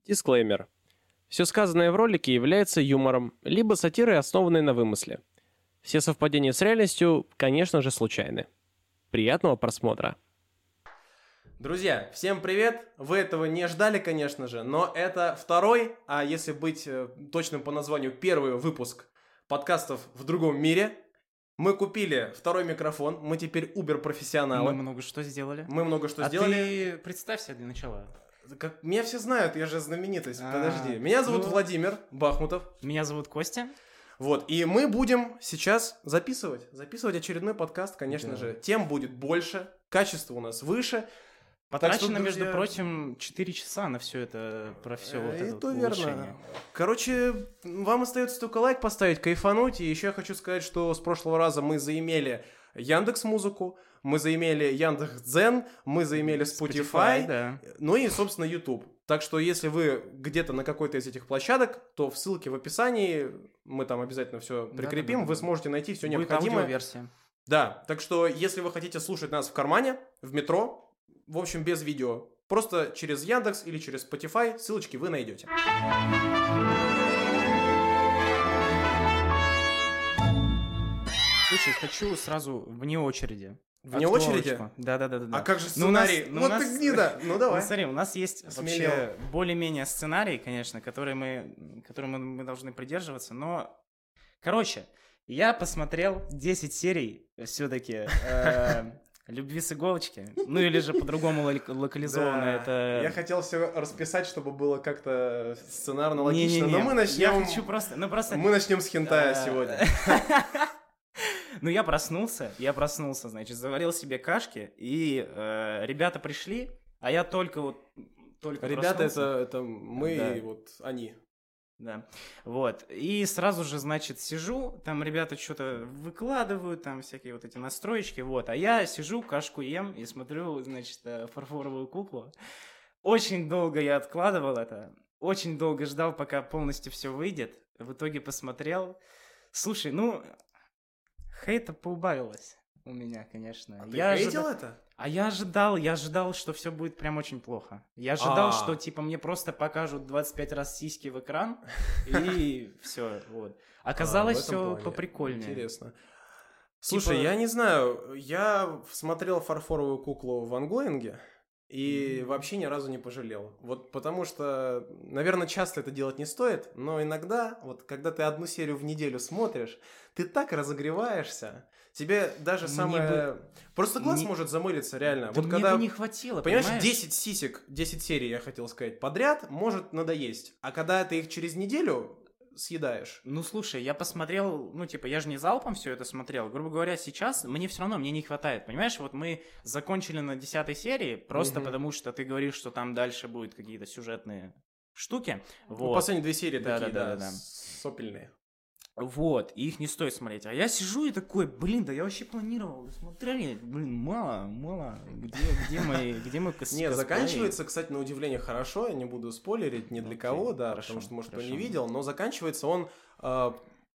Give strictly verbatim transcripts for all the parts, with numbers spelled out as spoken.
Дисклеймер. Все сказанное в ролике является юмором, либо сатирой, основанной на вымысле. Все совпадения с реальностью, конечно же, случайны. Приятного просмотра. Друзья, всем привет! Вы этого не ждали, конечно же, но это второй, а если быть точным по названию, первый выпуск подкастов «В другом мире». Мы купили второй микрофон, мы теперь убер-профессионалы. Мы много что сделали. Мы много что а сделали. ты представься для начала. Как... Меня все знают, я же знаменитость, А, подожди. Меня зовут ну... Владимир Бахмутов. Меня зовут Костя. Вот, и мы будем сейчас записывать, записывать очередной подкаст, конечно да. же. Тем будет больше, качество у нас выше. Потрачено, что, между друзья... прочим, четыре часа на все это, про все вот это то вот верно. Короче, вам остается только лайк поставить, кайфануть. И еще я хочу сказать, что с прошлого раза мы заимели Яндекс.Музыку, мы заимели Яндекс.Дзен, мы заимели Spotify, Spotify да. Ну и, собственно, YouTube. Так что, если вы где-то на какой-то из этих площадок, то в ссылке в описании, мы там обязательно все прикрепим, да, да, да, вы сможете найти все будет необходимое. аудиоверсия. Да, так что, если вы хотите слушать нас в кармане, в метро, в общем, без видео, просто через Яндекс или через Spotify, ссылочки вы найдете. Слушай, хочу сразу вне очереди. Вне очереди? Да-да-да. А как же сценарий? Ну, ну, вот ты гнида. Ну, давай. Ну, смотри, у нас есть Смелел. Вообще более-менее сценарий, конечно, который мы, которым мы должны придерживаться, но... Короче, я посмотрел десять серий все-таки «Любви с иголочки», ну или же по-другому локализованно это... Я хотел все расписать, чтобы было как-то сценарно логично, но мы начнем... Я хочу просто... Мы начнем с хентая сегодня. Ну, я проснулся, я проснулся, значит, заварил себе кашки, и э, ребята пришли, а я только вот... Только ребята, это, это мы да. и вот они. Да, вот, и сразу же, значит, сижу, там ребята что-то выкладывают, там всякие вот эти настроечки, вот, а я сижу, кашку ем и смотрю, значит, фарфоровую куклу. Очень долго я откладывал это, очень долго ждал, пока полностью все выйдет, в итоге посмотрел. Слушай, ну... Хейта поубавилось у меня, конечно. А ты я хейтил ожидал... это? А я ожидал, я ожидал, что все будет прям очень плохо. Я ожидал, А-а-а. что типа мне просто покажут двадцать пять раз сиськи в экран, и все, вот. Оказалось, все поприкольнее. Интересно. Слушай, я не знаю, я смотрел фарфоровую куклу в ангоинге, и mm-hmm. вообще ни разу не пожалел. Вот потому что, наверное, часто это делать не стоит, но иногда, вот когда ты одну серию в неделю смотришь, ты так разогреваешься, тебе даже Мне самое... Бы... Просто глаз Мне... может замылиться, реально. Да вот мне когда... бы не хватило, понимаешь? понимаешь? десять сисек, десять серий, я хотел сказать, подряд может надоесть. А когда ты их через неделю съедаешь. Ну, слушай, я посмотрел, ну, типа, я же не залпом все это смотрел. Грубо говоря, сейчас мне все равно, мне не хватает. Понимаешь, вот мы закончили на десятой серии, просто угу. потому что ты говоришь, что там дальше будут какие-то сюжетные штуки. Ну, вот. Последние две серии да, такие, да, да, да, да, сопельные. Вот, и их не стоит смотреть. А я сижу и такой, блин, да я вообще планировал смотреть. Блин, мало, мало. Где, где мои, где мой кос- Нет, заканчивается, кстати, на удивление хорошо. Я не буду спойлерить ни для okay, кого, да, хорошо, потому что, может, хорошо. Кто не видел. Но заканчивается он э,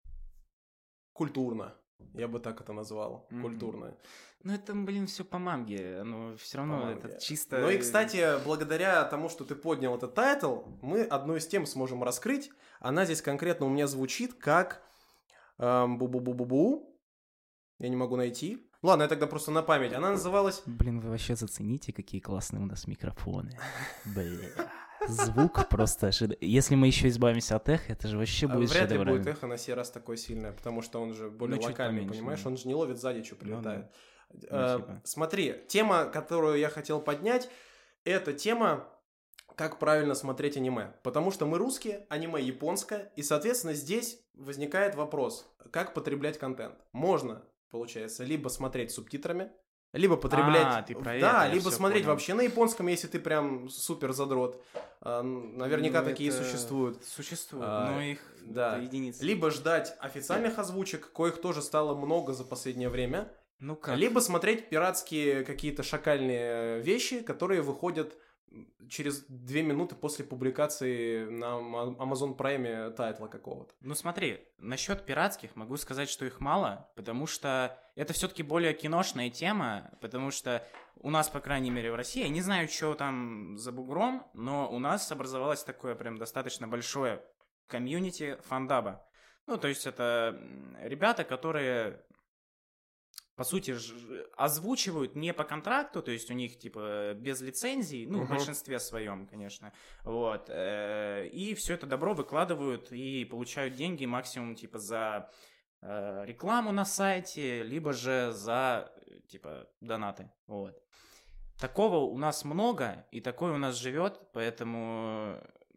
культурно. Я бы так это назвал. Mm-hmm. Культурно. Ну, это, блин, все по манге. Ну, все равно это чисто... Ну и, кстати, благодаря тому, что ты поднял этот тайтл, мы одну из тем сможем раскрыть. Она здесь конкретно у меня звучит как эм, бу-бу-бу-бу-бу. Я не могу найти. Ладно, я тогда просто на память. Она называлась... Блин, вы вообще зацените, какие классные у нас микрофоны. Бля. Звук просто... Если мы еще избавимся от эха, это же вообще будет Вряд ли шедеврально. будет эхо на сей раз такое сильное, потому что он же более ну, локальный, поменьше, понимаешь? Да. Он же не ловит сзади, что прилетает. Ну, да. э, ну, типа. Смотри, тема, которую я хотел поднять, это тема, как правильно смотреть аниме. Потому что мы русские, аниме японское, и, соответственно, здесь возникает вопрос, как потреблять контент. Можно, получается, либо смотреть с субтитрами, либо потреблять... А, ты про да, это, либо смотреть понял. вообще на японском, если ты прям супер задрот. Наверняка ну, такие существуют. Существуют, а, но их да. единицы. Либо ждать официальных озвучек, коих тоже стало много за последнее время. Ну как? Либо смотреть пиратские какие-то шакальные вещи, которые выходят через две минуты после публикации на Amazon Prime тайтла какого-то. Ну смотри, насчет пиратских могу сказать, что их мало, потому что это все-таки более киношная тема, потому что у нас, по крайней мере, в России, я не знаю, что там за бугром, но у нас образовалось такое прям достаточно большое комьюнити фандаба. Ну, то есть это ребята, которые... по сути, озвучивают не по контракту, то есть у них, типа, без лицензий, ну, uh-huh. в большинстве своем, конечно, вот, и все это добро выкладывают и получают деньги максимум, типа, за рекламу на сайте, либо же за, типа, донаты, вот. Такого у нас много, и такое у нас живет, поэтому...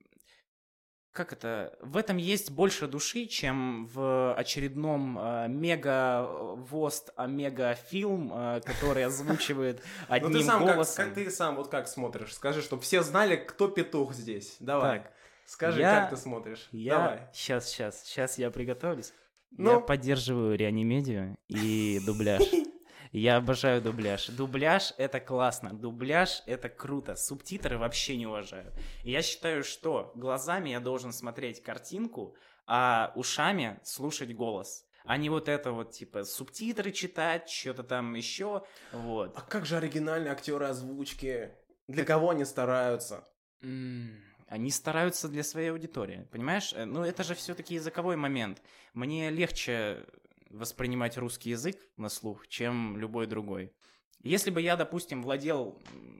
Как это? В этом есть больше души, чем в очередном э, мега-вост, омега-фильм, э, который озвучивает одним ну, ты сам голосом. Как, как ты сам вот как смотришь? Скажи, чтобы все знали, кто петух здесь. Давай. Так, Скажи, я, как ты смотришь. Я... Давай. Сейчас, сейчас, сейчас я приготовлюсь. Ну... Я поддерживаю реанимедию и дубляж. Я обожаю дубляж. Дубляж — это классно. Дубляж — это круто. Субтитры вообще не уважаю. И я считаю, что глазами я должен смотреть картинку, а ушами слушать голос. А не вот это вот, типа, субтитры читать, что-то там еще, вот. А как же оригинальные актеры озвучки? Для кого они стараются? Mm. Они стараются для своей аудитории, понимаешь? Ну, это же все-таки языковой момент. Мне легче... воспринимать русский язык на слух, чем любой другой. Если бы я, допустим, владел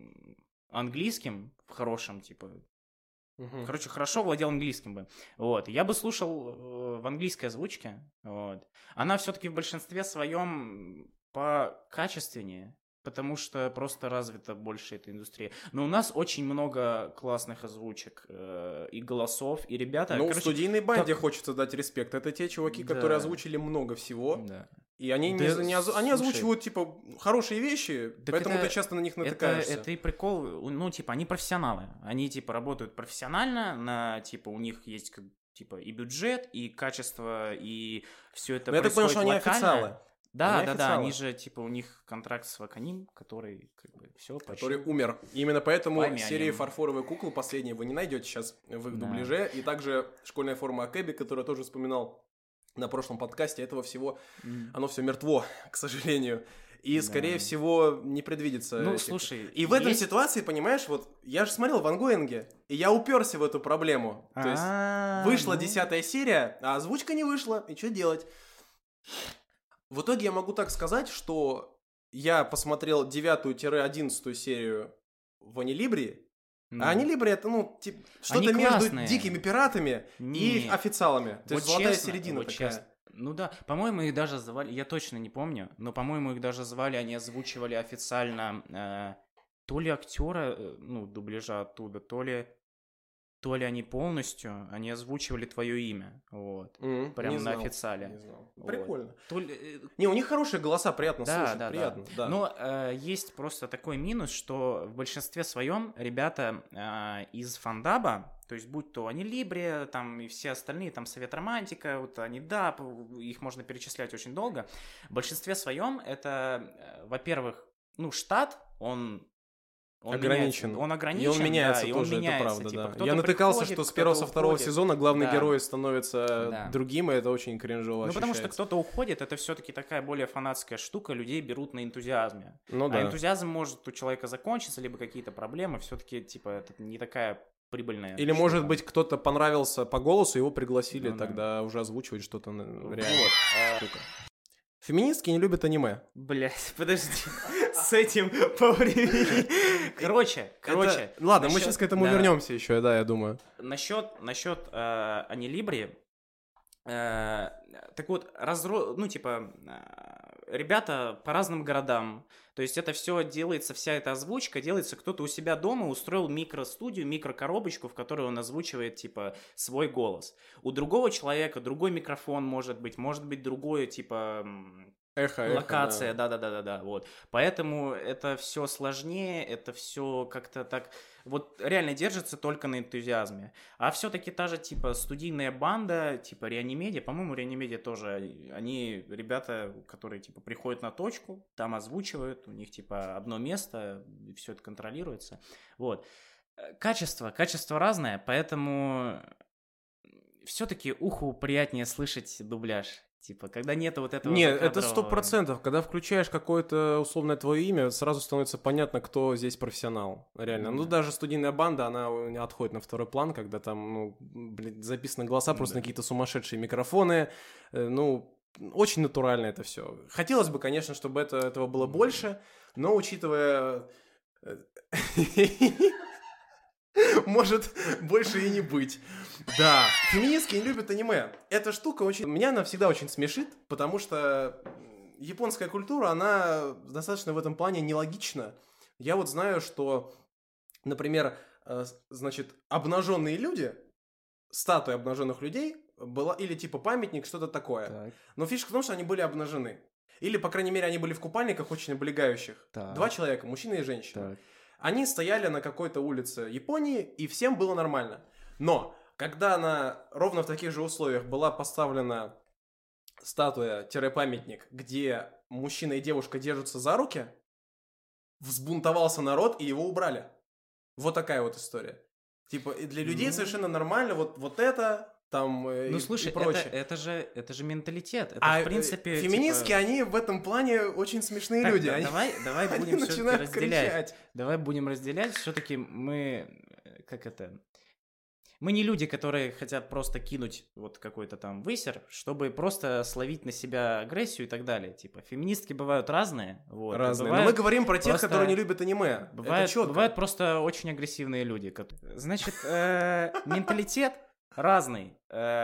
английским в хорошем, типа, uh-huh. короче, хорошо владел английским бы, вот, я бы слушал э, в английской озвучке, вот. Она все-таки в большинстве своем покачественнее, потому что просто развита больше эта индустрия. Но у нас очень много классных озвучек э, и голосов, и ребята... Ну, короче, студийной банде так... хочется дать респект. Это те чуваки, да. которые озвучили много всего. Да. И они, да, не, не оз... они озвучивают, типа, хорошие вещи, поэтому это, ты часто на них натыкаешься. Это, это и прикол, ну, типа, они профессионалы. Они, типа, работают профессионально, на, типа, у них есть, типа, и бюджет, и качество, и все это. Но я так понял, что они локально. официалы. Да, они да, официалы. да, они же, типа, у них контракт с Ваканим, который, как бы, все почти... Который умер. И именно поэтому Пламя серии они... «Фарфоровые куклы» последние вы не найдете сейчас в их да. дубляже. И также школьная форма Акэби, которую я тоже вспоминал на прошлом подкасте, этого всего, mm. оно все мертво, к сожалению. И, да. скорее всего, не предвидится. Ну, этих. слушай... И в этом есть... ситуации, понимаешь, вот я же смотрел в ангоинге, и я уперся в эту проблему. То есть вышла десятая серия, а озвучка не вышла, и что делать? В итоге я могу так сказать, что я посмотрел девятую-одиннадцатую серию в Анилибре, mm. а Анилибре это, ну, типа, что-то между дикими пиратами не. и официалами. То вот есть золотая честно, середина вот такая. Честно. Ну да, по-моему, их даже звали, я точно не помню, но, по-моему, их даже звали, они озвучивали официально э, то ли актера, э, ну, дубляжа оттуда, то ли... то ли они полностью, они озвучивали твое имя, вот, mm, прямо на знал, официале. Не знал. Вот. Прикольно. То ли... Не, у них хорошие голоса, приятно да, слушать, да, приятно. Да. Да. Но э, есть просто такой минус, что в большинстве своем ребята э, из фандаба, то есть будь то Анилибре, там и все остальные, там Совет Романтика, вот Анидап, их можно перечислять очень долго, в большинстве своем это, э, во-первых, ну, штат, он... Он ограничен. Меняется. Он ограничен, и он меняется да, тоже, он меняется, это правда, типа, да. Я натыкался, приходит, что с первого, со второго уходит. сезона главный да. герой становится да. другим, и это очень кринжово Ну, потому ощущается. что кто-то уходит, это все-таки такая более фанатская штука, людей берут на энтузиазме. Ну, а да. энтузиазм может у человека закончиться, либо какие-то проблемы, все-таки, типа, это не такая прибыльная Или, штука. может быть, кто-то понравился по голосу, его пригласили ну, тогда да. уже озвучивать что-то реально. Вот. Штука. Феминистки не любят аниме. Блять, подожди, с этим по времени. Короче, короче. Это... Ладно, насчет... мы сейчас к этому да. вернемся еще, да, я думаю. Насчет, насчет э, Анилибри, э, так вот, разро... ну, типа, э, ребята по разным городам, то есть это все делается, вся эта озвучка делается, кто-то у себя дома устроил микростудию, микрокоробочку, в которой он озвучивает, типа, свой голос. У другого человека другой микрофон может быть, может быть другое, типа... Эхо, локация, эхо, да, да, да, да, да, вот. Поэтому это все сложнее, это все как-то так, вот реально держится только на энтузиазме. А все-таки та же типа студийная банда, типа Реанимедиа, по-моему, Реанимедиа тоже, они ребята, которые типа приходят на точку, там озвучивают, у них типа одно место, и все это контролируется, вот. Качество, качество разное, поэтому все-таки уху приятнее слышать дубляж. Типа, когда нету вот этого... Нет, закадрового... это сто процентов. Когда включаешь какое-то условное твое имя, сразу становится понятно, кто здесь профессионал. Реально. Mm-hmm. Ну, даже студийная банда, она отходит на второй план, когда там, ну, блин, записаны голоса mm-hmm. просто на какие-то сумасшедшие микрофоны. Ну, очень натурально это все. Хотелось бы, конечно, чтобы это, этого было больше, но учитывая... Может больше и не быть. Да, феминистки не любят аниме. Эта штука очень... Меня она всегда очень смешит, потому что японская культура, она достаточно в этом плане нелогична. Я вот знаю, что, например, значит, обнаженные люди, статуя обнаженных людей была, или типа памятник, что-то такое. Так. Но фишка в том, что они были обнажены. Или, по крайней мере, они были в купальниках очень облегающих. Так. Два человека, мужчина и женщина. Так. Они стояли на какой-то улице Японии, и всем было нормально. Но, когда на ровно в таких же условиях была поставлена статуя-памятник, где мужчина и девушка держатся за руки, взбунтовался народ, и его убрали. Вот такая вот история. Типа, для людей mm-hmm. совершенно нормально вот, вот это... Там, ну, и, слушай, и прочее. Это, это, же, это же менталитет. Это, а в принципе, феминистки, типа... они в этом плане очень смешные так, люди. Да, они, давай, давай они будем все-таки разделять. Кричать. Давай будем разделять. Все-таки мы, как это... Мы не люди, которые хотят просто кинуть вот какой-то там высер, чтобы просто словить на себя агрессию и так далее. Типа, феминистки бывают разные. Вот, разные. Бывают Но мы говорим про тех, просто... которые не любят аниме. Бывают, Это четко. Бывают просто очень агрессивные люди. Значит, менталитет разный.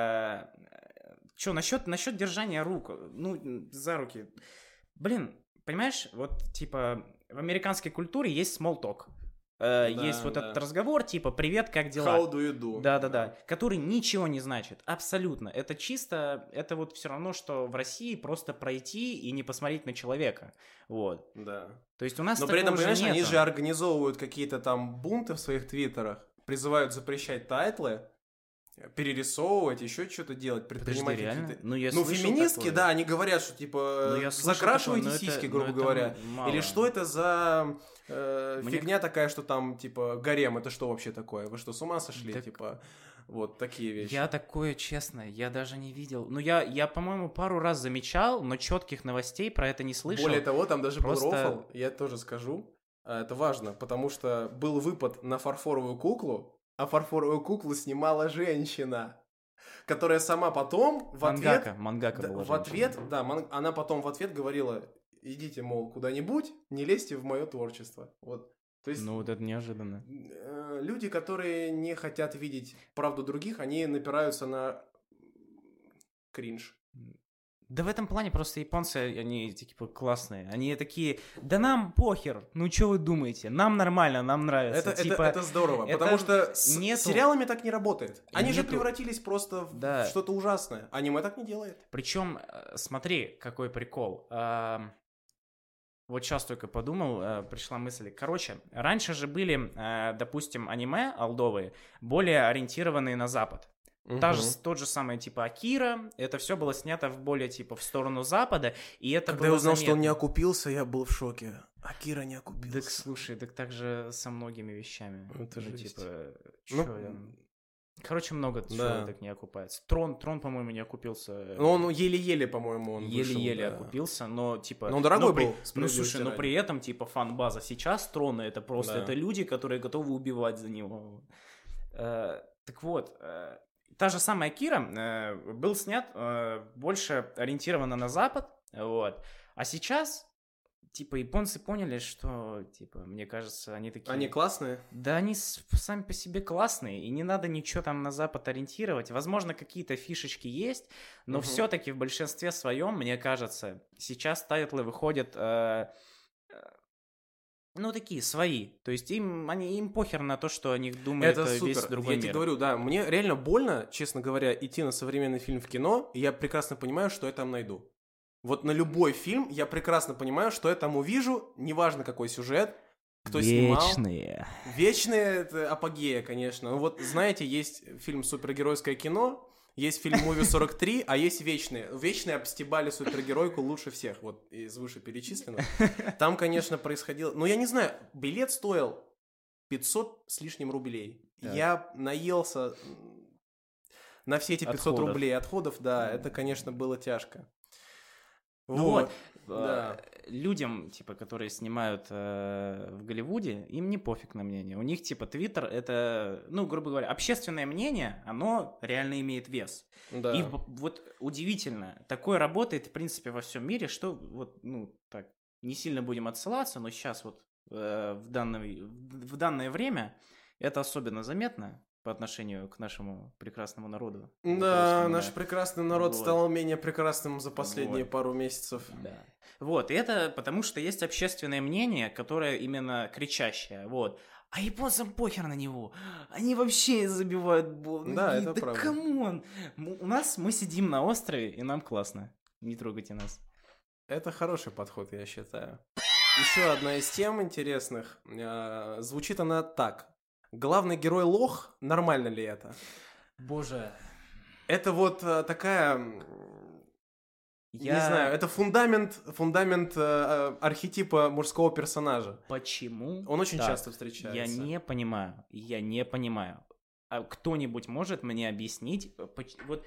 Что, насчет, насчет держания рук, ну, за руки. Блин, понимаешь, вот, типа, в американской культуре есть small talk. Да, есть вот да. этот разговор, типа, привет, как дела? How do you do? Да-да-да, который ничего не значит, абсолютно. Это чисто, это вот все равно, что в России просто пройти и не посмотреть на человека, вот. Да. То есть у нас Но такого при этом, понимаешь, нету. Они же организовывают какие-то там бунты в своих твиттерах, призывают запрещать тайтлы, перерисовывать, еще что-то делать, предпринимать Подожди, какие-то... Ну, я ну феминистки, такое. Да, они говорят, что, типа, ну, закрашивайте такое, сиськи, это, грубо говоря. Или что это за э, Мне... фигня такая, что там, типа, гарем, это что вообще такое? Вы что, с ума сошли? Так... Типа, вот такие вещи. Я такое, честно, я даже не видел. Ну, я, я, по-моему, пару раз замечал, но четких новостей про это не слышал. Более того, там даже Просто... был рофл, я тоже скажу. Это важно, потому что был выпад на фарфоровую куклу, а фарфоровую куклу снимала женщина, которая сама потом в ответ... Мангака, мангака да, была в ответ, да, ман, она потом в ответ говорила, идите, мол, куда-нибудь, не лезьте в мое творчество. Вот. То есть, ну, вот это неожиданно. Люди, которые не хотят видеть правду других, они напираются на кринж. Да в этом плане просто японцы, они типа классные. Они такие, да нам похер, ну что вы думаете, нам нормально, нам нравится. Это, типа, это, это здорово, это потому что с нету... сериалами так не работает. Они нету... же превратились просто в да. что-то ужасное. Аниме так не делает. Причем, смотри, какой прикол. Вот сейчас только подумал, пришла мысль. Короче, раньше же были, допустим, аниме олдовые, более ориентированные на Запад. Угу. Та же, тот же самый, типа, Акира, это все было снято в более, типа, в сторону Запада, и это Когда было я узнал, заметно. что он не окупился, я был в шоке. Акира не окупился. Так, слушай, так так же со многими вещами. Это же, ну, типа, ну, чё я... Короче, много да. чего так не окупается. Трон, Трон, по-моему, не окупился. Ну, он еле-еле, по-моему, он Еле-еле вышел, да. окупился, но, типа... Но он дорогой но был. При... Ну, слушай, но при этом, типа, фан-база сейчас Трона, это просто, да. это люди, которые готовы убивать за него. Э, так вот... Э, Та же самая Акира э, был снят э, больше ориентированно на Запад, вот. А сейчас, типа, японцы поняли, что, типа, мне кажется, они такие... Они классные? Да, они с- сами по себе классные, и не надо ничего там на Запад ориентировать. Возможно, какие-то фишечки есть, но угу. все-таки в большинстве своем, мне кажется, сейчас тайтлы выходят... Э, Ну, такие, свои. То есть им, они, им похер на то, что о них думает это весь супер. другой я мир. Я тебе говорю, да, мне реально больно, честно говоря, идти на современный фильм в кино, и я прекрасно понимаю, что я там найду. Вот на любой фильм я прекрасно понимаю, что я там увижу, неважно какой сюжет, кто Вечные. снимал. Вечные. Вечные, это апогея, конечно. Ну вот, знаете, есть фильм «Супергеройское кино», есть фильм «Муви сорок три», а есть «Вечные». «Вечные» обстебали супергеройку лучше всех, вот из вышеперечисленных. Там, конечно, происходило... Ну, я не знаю, билет стоил пятьсот с лишним рублей. Так. Я наелся на все эти пятьсот Отходов. рублей отходов, да, Мгм. это, конечно, было тяжко. Ну вот, да. э, людям, типа, которые снимают э, в Голливуде, им не пофиг на мнение. У них, типа, Твиттер — это, ну, грубо говоря, общественное мнение, оно реально имеет вес. Да. И в- вот удивительно, такое работает, в принципе, во всем мире, что вот, ну, так, не сильно будем отсылаться, но сейчас вот э, в, данное, в данное время это особенно заметно по отношению к нашему прекрасному народу. Да, русскому, наш да. прекрасный народ Вот. стал менее прекрасным за последние Вот. пару месяцев. Да. Вот, и это потому что есть общественное мнение, которое именно кричащее, вот. А японцам похер на него. Они вообще забивают бол. Ну, Да, и- это да правда. камон. М- У нас мы сидим на острове, и нам классно. Не трогайте нас. Это хороший подход, я считаю. Еще одна из тем интересных. э, Звучит она так. Главный герой лох, нормально ли это? Боже. Это вот э, такая... м, Я... Не знаю, это фундамент, фундамент э, э, архетипа мужского персонажа. Почему? Он очень так? часто встречается. Я не понимаю. Я не понимаю. А кто-нибудь может мне объяснить? э, поч- Вот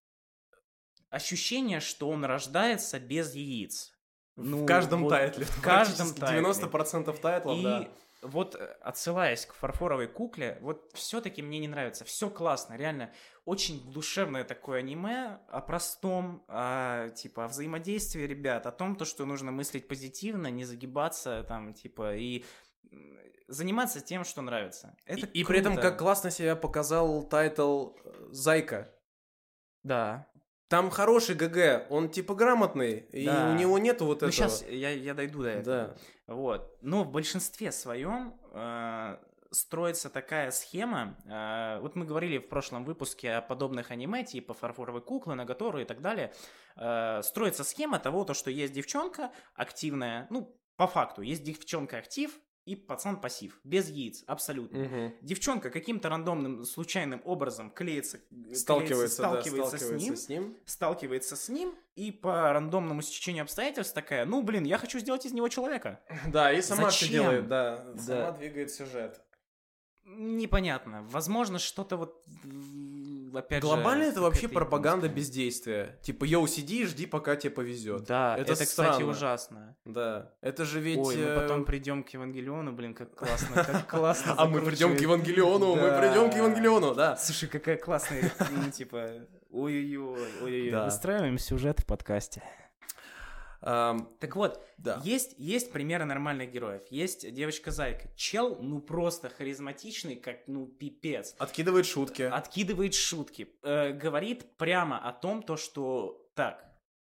ощущение, что он рождается без яиц. В каждом вот тайтле. В каждом Практически тайтле. девяносто процентов тайтлов, И да. вот, э, отсылаясь к фарфоровой кукле, вот все-таки мне не нравится. Все классно, реально. Очень душевное такое аниме о простом, о, типа, о взаимодействии ребят, о том, то, что нужно мыслить позитивно, не загибаться, там, типа, и м, заниматься тем, что нравится. Это И, и при этом, круто. как классно себя показал тайтл э, «Зайка». Да. Там хороший ГГ, он типа грамотный, и Да. у него нету вот Ну, этого. сейчас я, я дойду до этого. Да. Вот. Но в большинстве своем э, строится такая схема. э, вот мы говорили в прошлом выпуске о подобных аниме, типа «Фарфоровой куклы», «Наготору» и так далее. Э, строится схема того, то, что есть девчонка активная, ну, по факту, есть девчонка актив и пацан пассив, без яиц, абсолютно. Мгм. Девчонка каким-то рандомным, случайным образом клеится, Сталкивается, клеится, да, сталкивается, с ним, с ним. сталкивается с ним, и по рандомному стечению обстоятельств такая, ну, блин, я хочу сделать из него человека. Да, и сама все Зачем? делает, да. Да. Сама двигает сюжет. Непонятно. Возможно, что-то вот, м, опять же... Глобально это вообще какая-то пропаганда японская. бездействия. Типа, йоу, сиди и жди, пока тебе повезет. Да, Это это, кстати, странно. ужасно. Да. Это же ведь... Ой, мы э, потом придем к Евангелиону, блин, как классно, как классно. А мы придем к закручивает. Евангелиону, мы Да. придем к Евангелиону, да. Слушай, какая классная, ну, типа, ой-ой-ой, ой-ой-ой. Да. Выстраиваем сюжет в подкасте. Ам, Так вот, Да. есть, есть примеры нормальных героев. Есть девочка-зайка. Чел, ну, просто харизматичный, как, ну, пипец. Откидывает шутки. Откидывает шутки. Э, говорит прямо о том, то, что, так,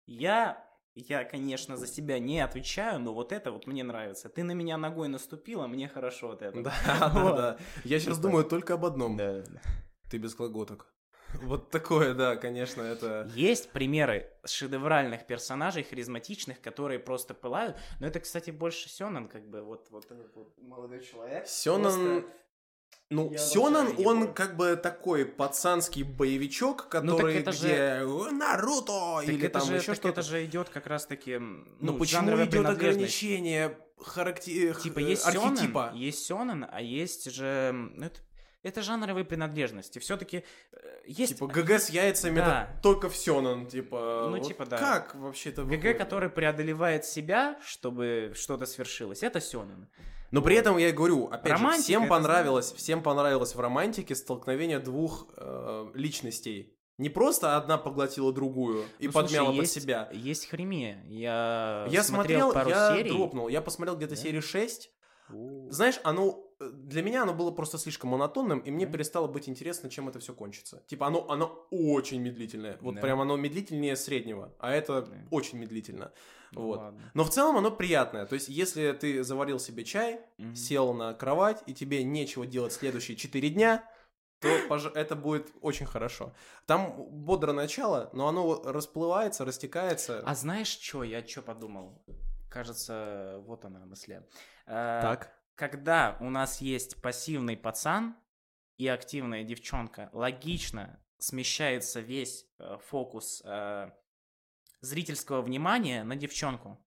я, я, конечно, за себя не отвечаю, но вот это вот мне нравится. Ты на меня ногой наступила, мне хорошо от этого. Да, да, Вот. да. Я сейчас Типа. думаю только об одном. Да. Ты без глаготок. Вот такое, да, конечно, это... Есть примеры шедевральных персонажей, харизматичных, которые просто пылают. Но это, кстати, больше Сёнэн, как бы, вот, вот этот вот молодой человек. Сёнэн... Просто- Ну, Я Сёнэн, обожаю он его. как бы такой пацанский боевичок, Ну, так который это где же- «О, Наруто Так или это там же, еще так что-то. это же идет как раз-таки, м, Но ну, почему жанровая идет принадлежность. ограничение характер... Типа есть Сёнэн, архетипа? есть Сёнэн, а есть же... м, ну, это, это жанровые принадлежности. Все-таки есть Типа ГГ с яйцами Да. это только в Сёнэн, типа... Ну, вот типа, да. Как вообще-то ГГ, выходит? который преодолевает себя, чтобы что-то свершилось. Это Сёнэн. Но при этом я и говорю, опять Романтика, же, всем это понравилось, всем понравилось в романтике столкновение двух э, личностей. Не просто одна поглотила другую и Ну, подмяла слушай, под есть, себя. Есть хремия. Я, Я смотрел, смотрел, пару я серий. дропнул, я посмотрел где-то Да? серию шесть. У. Знаешь, оно э, для меня оно было просто слишком монотонным, и мне Да. перестало быть интересно, чем это все кончится. Типа оно, оно очень медлительное. Вот Да. прям оно медлительнее среднего, а это Да. очень медлительно. Ну, Вот. ладно. Но в целом оно приятное. То есть, если ты заварил себе чай, Мгм. сел на кровать, и тебе нечего делать следующие четыре дня, то пож- это будет очень хорошо. Там бодрое начало, но оно расплывается, растекается. А знаешь, что я что подумал? Кажется, вот она мысль. Э, Так. Когда у нас есть пассивный пацан и активная девчонка, логично смещается весь э, фокус э, зрительского внимания на девчонку.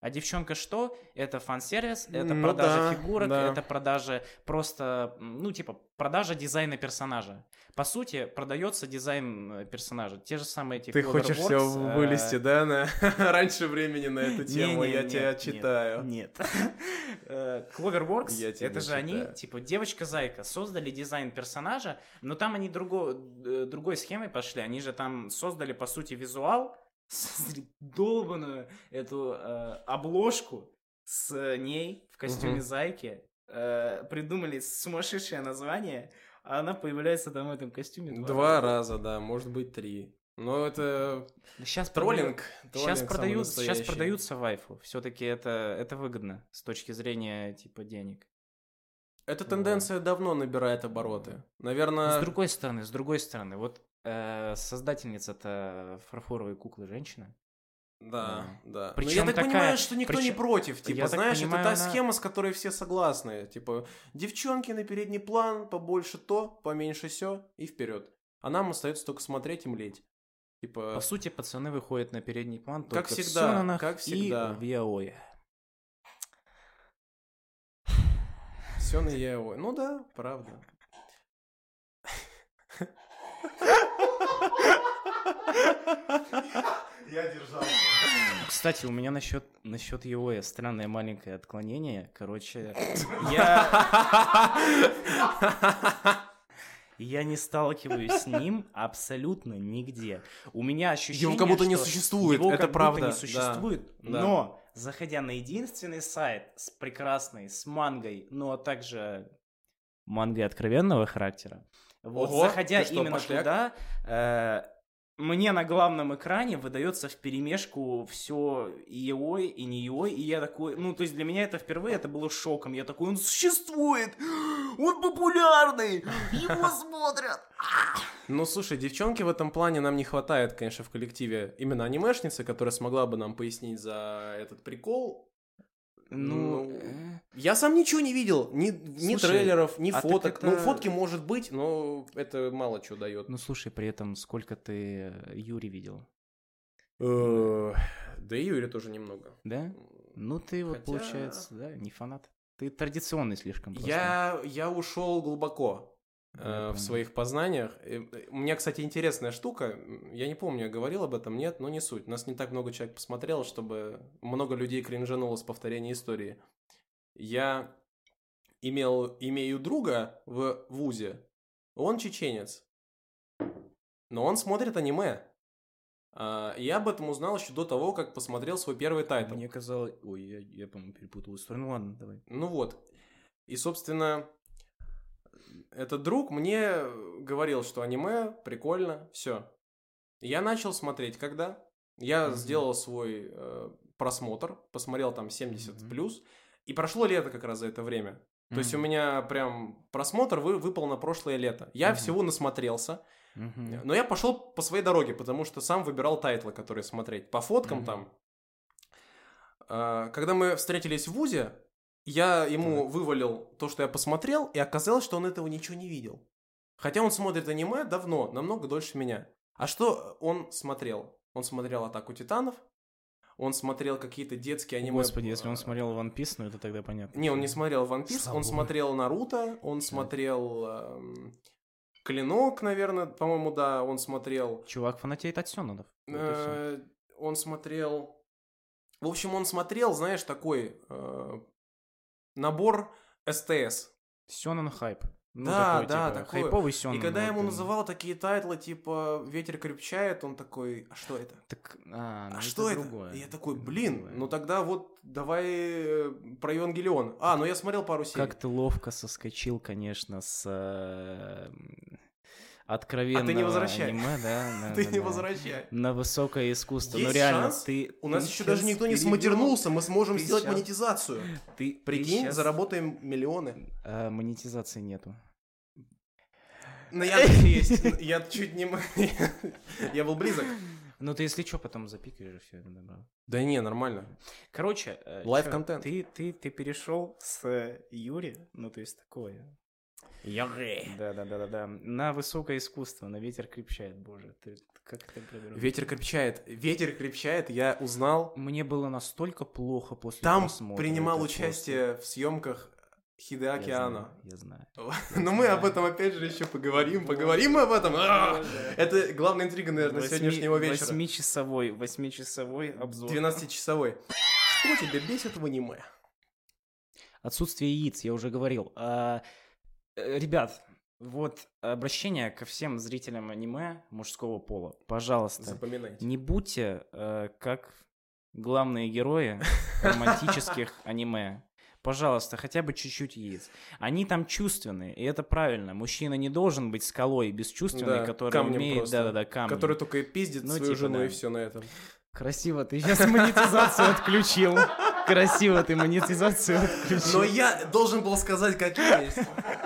А девчонка что? Это фан-сервис, это Ну продажа да, фигурок, да. это продажа просто, ну, типа, продажа дизайна персонажа. По сути, продается дизайн э, персонажа. Те же самые эти Ты хочешь все Cloverworks, э, вылезти, да, на... раньше времени на эту тему? Не-не, Я нет, тебя нет, читаю. Нет. Э, Cloverworks, Я тебя это же они, читаю. типа, девочка-зайка, создали дизайн персонажа, но там они друго- э, другой схемой пошли. Они же там создали, по сути, визуал, создали долбаную эту э, обложку с ней в костюме Мгм. зайки, э, придумали сумасшедшее название, а она появляется там в этом костюме два Два раза, да, может быть, три. Но это Сейчас троллинг. Сейчас, троллинг самый продают, сейчас настоящий. продаются вайфу. Все-таки это, это выгодно с точки зрения типа денег. Эта тенденция давно набирает обороты. Наверное... С другой стороны, с другой стороны, вот э, создательница-то фарфоровой куклы женщина. Да, да. Причем Но я так такая- понимаю, что никто не причем- против. Типа, Я так знаешь, понимаю, это та она- схема, с которой все согласны. Типа, девчонки на передний план, побольше то, поменьше сё, и вперед. А нам остается только смотреть и млеть. Типа, По сути, пацаны выходят на передний план Как только всегда, в Сёнэнах как всегда. и в яое. все на яой. Ну да, правда. Я держал. Кстати, у меня насчет, насчет яое странное маленькое отклонение. Короче, я... Я не сталкиваюсь с ним абсолютно нигде. У меня ощущение, Его как будто не что существует, его это как правда, будто не да, существует. да. Но, заходя на единственный сайт с прекрасной, с мангой, ну а также мангой откровенного характера, вот, Ого, заходя ты что, именно пошляк? туда, э, мне на главном экране выдается вперемешку все и яой, и не яой, и я такой, ну, то есть для меня это впервые, это было шоком, я такой, он существует, он популярный, его смотрят. Ну, слушай, девчонки в этом плане нам не хватает, конечно, в коллективе. Именно анимешницы, которая смогла бы нам пояснить за этот прикол. Ну, Ну, э, Я сам ничего не видел, ни, ни Слушай, трейлеров, ни а так фоток. это- Ну, фотки может быть, но это мало чего дает. ну, слушай, при этом сколько ты э, Юри видел, Э, Да и Юрий тоже немного. да? Ну, ты вот, Хотя- получается, да, не фанат. Ты традиционный слишком просто. Я, я ушел глубоко э, Я в понял. своих познаниях. Э, У меня, кстати, интересная штука. Я не помню, я говорил об этом, нет, но не суть. Нас не так много человек посмотрело, чтобы много людей кринжануло с повторения истории. Я имел, имею друга в вузе. Он чеченец. Но он смотрит аниме. А, Я об этом узнал еще до того, как посмотрел свой первый тайтл. Мне казалось... Ой, я, я по-моему, перепутал историю. Ну ладно, давай. Ну вот. И, собственно, этот друг мне говорил, что аниме прикольно, все. Я начал смотреть когда. Я Мгм. сделал свой э, просмотр, посмотрел там семьдесят Мгм. плюс, и прошло лето как раз за это время. То есть у Мгм. меня прям просмотр вы, выпал на прошлое лето. Я Мгм. всего насмотрелся, Мгм. но я пошел по своей дороге, потому что сам выбирал тайтлы, которые смотреть. По фоткам Мгм. там. А, Когда мы встретились в вузе, я ему вывалил то, что я посмотрел, и оказалось, что он этого ничего не видел. Хотя он смотрит аниме давно, намного дольше меня. А что он смотрел? Он смотрел «Атаку Титанов», он смотрел какие-то детские аниме. Господи, если он смотрел One Piece, ну это тогда понятно. Не, он не смотрел One Piece, Слава он богу. смотрел Наруто, он смотрел эм, Клинок, наверное, по-моему, да, он смотрел... Чувак фанатеет от сёнэнов. Вот и всё. Э, Он смотрел... В общем, он смотрел, знаешь, такой э, набор эс тэ эс. Сёнэн хайп. Ну, Да, такой, да, типа, такое. хайповый сёнэн. И когда я ему вот, называл такие тайтлы, типа «Ветер крепчает», он такой, а что это? Так, а, ну А что это? другое. И я такой, Это блин, другое. ну тогда вот давай э, про Евангелион. А, ну я смотрел пару серий. Как ты ловко соскочил, конечно, с э, откровенного А ты не возвращай. аниме, да? на- Ты на- не на- возвращай. На высокое искусство. Есть Ну реально, шанс. ты... У нас ты еще даже щас никто не перевёл- сматернулся, мы сможем ты сделать щас- монетизацию. Ты, ты Прикинь, щас- заработаем миллионы. А, монетизации нету. На Яндексе есть. Я чуть не... м- Я был близок. Ну ты, если что, потом запикаешь и все это добро. Да не, нормально. Короче, э, Live чё, контент. Ты, ты, ты перешел с э, Юри, ну то есть такое. Йогэ. Да-да-да-да. На высокое искусство, на ветер крепчает, боже. Ты как это провернул? Ветер крепчает. Ветер крепчает, я узнал. Мне было настолько плохо после Там просмотра. принимал это участие в съемках Хидеаки Я Анно. знаю, я знаю. Но мы об этом опять же еще поговорим. Поговорим мы об этом. А! Это главная интрига, наверное, Восьми- сегодняшнего вечера. Восьмичасовой, восьмичасовой обзор. двенадцатичасовой. Что тебя бесит в аниме? Отсутствие яиц, я уже говорил. А, э, ребят, вот обращение ко всем зрителям аниме мужского пола. Пожалуйста, Запоминайте. не будьте э, как главные герои романтических аниме. Пожалуйста, хотя бы чуть-чуть яиц. Они там чувственные, и это правильно. Мужчина не должен быть скалой бесчувственной, Да, который камнем умеет... просто. Да-да-да, камнем. Который только и пиздит Ну, свою типа, жену да. и все на этом. Красиво, ты сейчас монетизацию отключил. Красиво ты монетизацию отключил. Но я должен был сказать, как есть.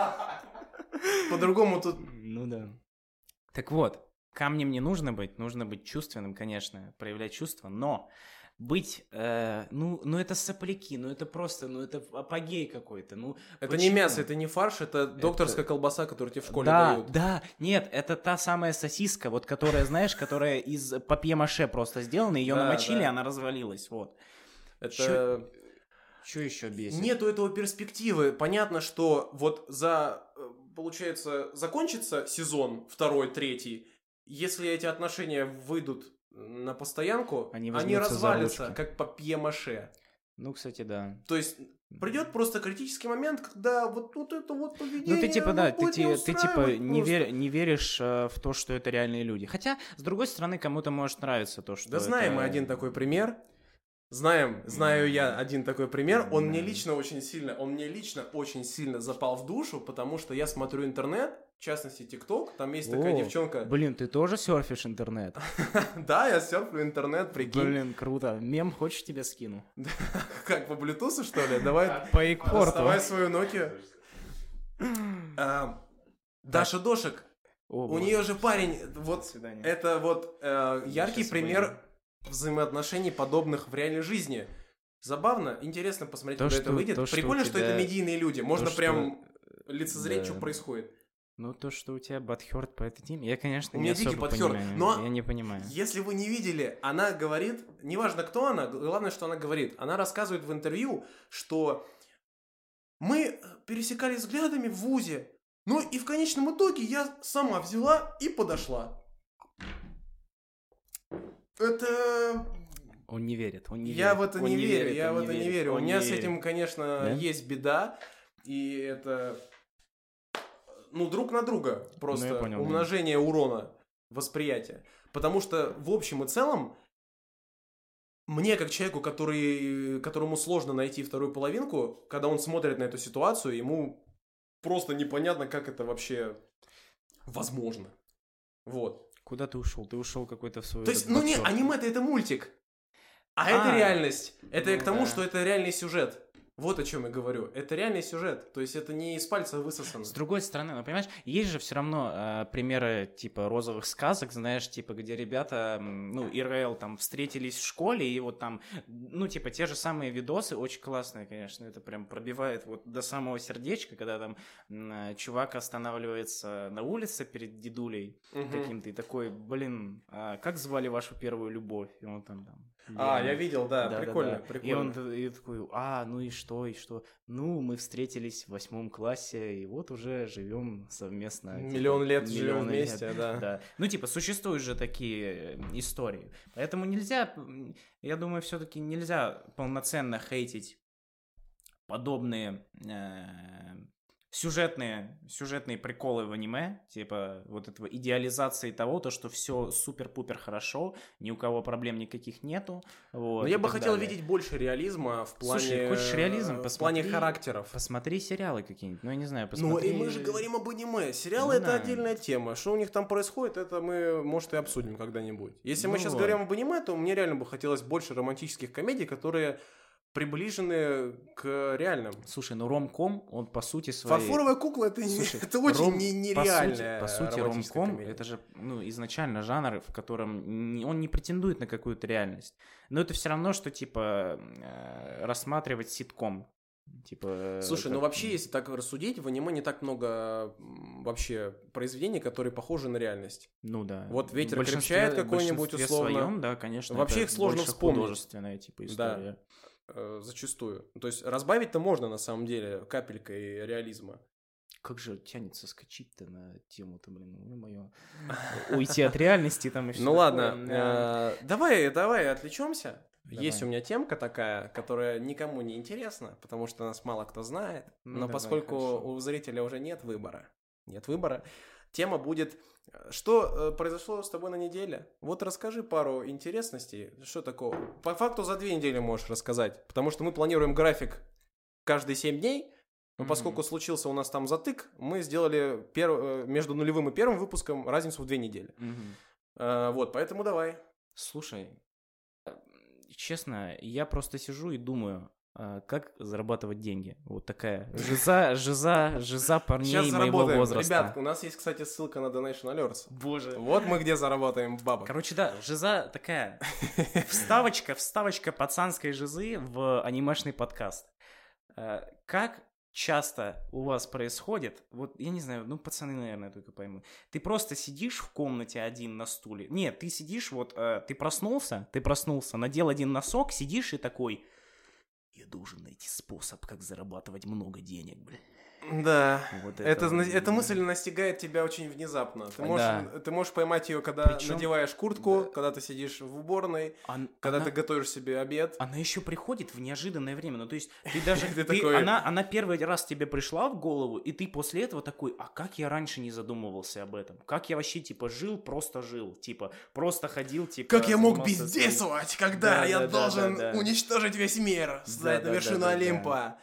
По-другому тут... Ну да. Так вот, камнем не нужно быть, нужно быть чувственным, конечно, проявлять чувства, но быть, э, ну, ну это сопляки, ну это просто, ну это апогей какой-то, ну Это не почему? мясо, это не фарш, это докторская колбаса, которую тебе в школе Да, дают. да, нет, это та самая сосиска, вот которая, знаешь, которая из папье-маше просто сделана, ее Да, намочили, да. она развалилась, вот. Это... Что еще бесит? Нету этого перспективы. Понятно, что вот за, э, получается, закончится сезон второй, третий, если эти отношения выйдут на постоянку, Они они, возьмутся за развалятся, ручки. как папье-маше. Ну, кстати, да. То есть придет просто критический момент, когда вот, вот это вот поведение... Ну, ты типа, да, ну, ты, будет не те- ты типа устраивать не, просто. вер- не веришь э, в то, что это реальные люди. Хотя, с другой стороны, кому-то может нравиться то, что Да это- знаем мы один такой пример. Знаем, знаю я один такой пример. Он мне лично очень сильно, он мне лично очень сильно запал в душу, потому что я смотрю интернет, в частности ТикТок, там есть такая О, девчонка. Блин, ты тоже серфишь интернет? Да, я серфлю интернет, прикинь. Блин, круто. Мем хочешь, тебе скину? Как, по блютусу, что ли? Давай, По экпорту. доставай свою Nokia. А, Даша Дошек, О, у боже. нее же парень, До вот свидания. это вот э, яркий Сейчас пример выйдем. взаимоотношений, подобных в реальной жизни. Забавно, интересно посмотреть, То, куда что- это выйдет. то, что Прикольно, у что тебя- это медийные люди. Можно что- прям лицезреть, Да. что происходит. Ну, то, что у тебя бадхёрт по этой теме, я, конечно, У не меня дикий особо бадхёрт, понимаю. но- Я не понимаю. Если вы не видели, она говорит, неважно кто она, главное, что она говорит. Она рассказывает в интервью, что мы пересекались взглядами в вузе, ну и в конечном итоге я сама взяла и подошла. Это... Он не верит, он не Я верит. в это он не верю, верит, я он в это не верит, верю. У он меня не с верит. этим, конечно, Да? есть беда, и это, ну, друг на друга просто Ну, я понял, да. умножение урона восприятия. Потому что в общем и целом мне, как человеку, который, которому сложно найти вторую половинку, когда он смотрит на эту ситуацию, ему просто непонятно, как это вообще возможно. Вот. Куда ты ушел? Ты ушел какой-то в свой... То есть, этот ну не, боксер. аниме-то это мультик. А, А, это реальность. Это я ну к тому, да. что это реальный сюжет. Вот о чем я говорю. Это реальный сюжет. То есть это не из пальца высосано. С другой стороны, ну понимаешь, есть же все равно э, примеры типа розовых сказок, знаешь, типа где ребята, м, ну, ИРЛ там встретились в школе, и вот там, ну, типа те же самые видосы, очень классные, конечно, это прям пробивает вот до самого сердечка, когда там м, э, чувак останавливается на улице перед дедулей Мгм. каким-то, и такой, блин, а как звали вашу первую любовь? И он там, там А, Лена. я видел, да, Да-да-да. прикольно, И прикольно. он т- и такой, а, ну и что, и что? Ну, мы встретились в восьмом классе, и вот уже живем совместно. типа, Миллион лет живем миллионы лет. вместе, да. Да. Ну, типа, существуют же такие э, истории. Поэтому нельзя, м, я думаю, все-таки нельзя полноценно хейтить подобные э, сюжетные, сюжетные приколы в аниме, типа вот этого идеализации того, то, что все супер-пупер хорошо, ни у кого проблем никаких нету. Вот, Но и я бы так хотел далее. видеть больше реализма в плане... Слушай, хочешь реализм? В Посмотри. плане характеров. Посмотри сериалы какие-нибудь, ну я не знаю, Ну, посмотри... и мы же говорим об аниме. Сериалы Ну это да. отдельная тема. Что у них там происходит, это мы, может, и обсудим когда-нибудь. Если мы Ну сейчас вот. говорим об аниме, то мне реально бы хотелось больше романтических комедий, которые приближены к реальным. Слушай, ну ромком, он по сути своей... Фарфоровая кукла это, не- Слушай, это очень ром- не- по нереальная сути, по сути романтическая ромком комедия. это же ну, изначально жанр, в котором не- он не претендует на какую-то реальность. Но это все равно, что типа э, рассматривать ситком. Типа, Слушай, как... ну вообще, если так рассудить, в аниме не так много вообще произведений, которые похожи на реальность. Ну да. Вот «Ветер крепчает» какой-нибудь условно. Своем, да, конечно. Вообще их сложно вспомнить. Художественная типа история. Да, э, зачастую. То есть разбавить-то можно на самом деле капелькой реализма. Как же тянется скачить-то на тему-то, блин, ну мое. Уйти от реальности там и все. Ну ладно, давай, давай отвлечемся. Есть у меня темка такая, которая никому не интересна, потому что нас мало кто знает. Но поскольку у зрителя уже нет выбора, нет выбора, тема будет: что произошло с тобой на неделе? Вот расскажи пару интересностей. Что такого? По факту за две недели можешь рассказать, потому что мы планируем график каждые семь дней. Но поскольку mm-hmm. случился у нас там затык, мы сделали пер... между нулевым и первым выпуском разницу в две недели. Mm-hmm. А, вот, поэтому давай. Слушай, честно, я просто сижу и думаю, как зарабатывать деньги. Вот такая жиза, жиза, жиза парней Сейчас моего заработаем. возраста. Ребят, у нас есть, кстати, ссылка на Donation Alerts. Боже. Вот мы где заработаем бабок. Короче, да, жиза такая. Вставочка, вставочка пацанской жизы в анимешный подкаст. Как часто у вас происходит, вот я не знаю, ну пацаны, наверное, только поймут, ты просто сидишь в комнате один на стуле, нет, ты сидишь, вот, э, ты проснулся, ты проснулся, надел один носок, сидишь и такой, я должен найти способ, как зарабатывать много денег, бля. Да, вот это, это, эта да. мысль настигает тебя очень внезапно. Ты можешь, да. ты можешь поймать ее, когда Причем... надеваешь куртку, да. когда ты сидишь в уборной, Он, когда она... ты готовишь себе обед. Она еще приходит в неожиданное время. Ну, то есть, ты даже... ты ты, такой... она, она первый раз тебе пришла в голову, и ты после этого такой, а как я раньше не задумывался об этом? Как я вообще, типа, жил, просто жил? Типа, просто ходил, типа... Как я мог бездействовать, своим... когда да, я да, должен да, да, да. уничтожить весь мир, встать да, на вершину да, да, Олимпа? Да.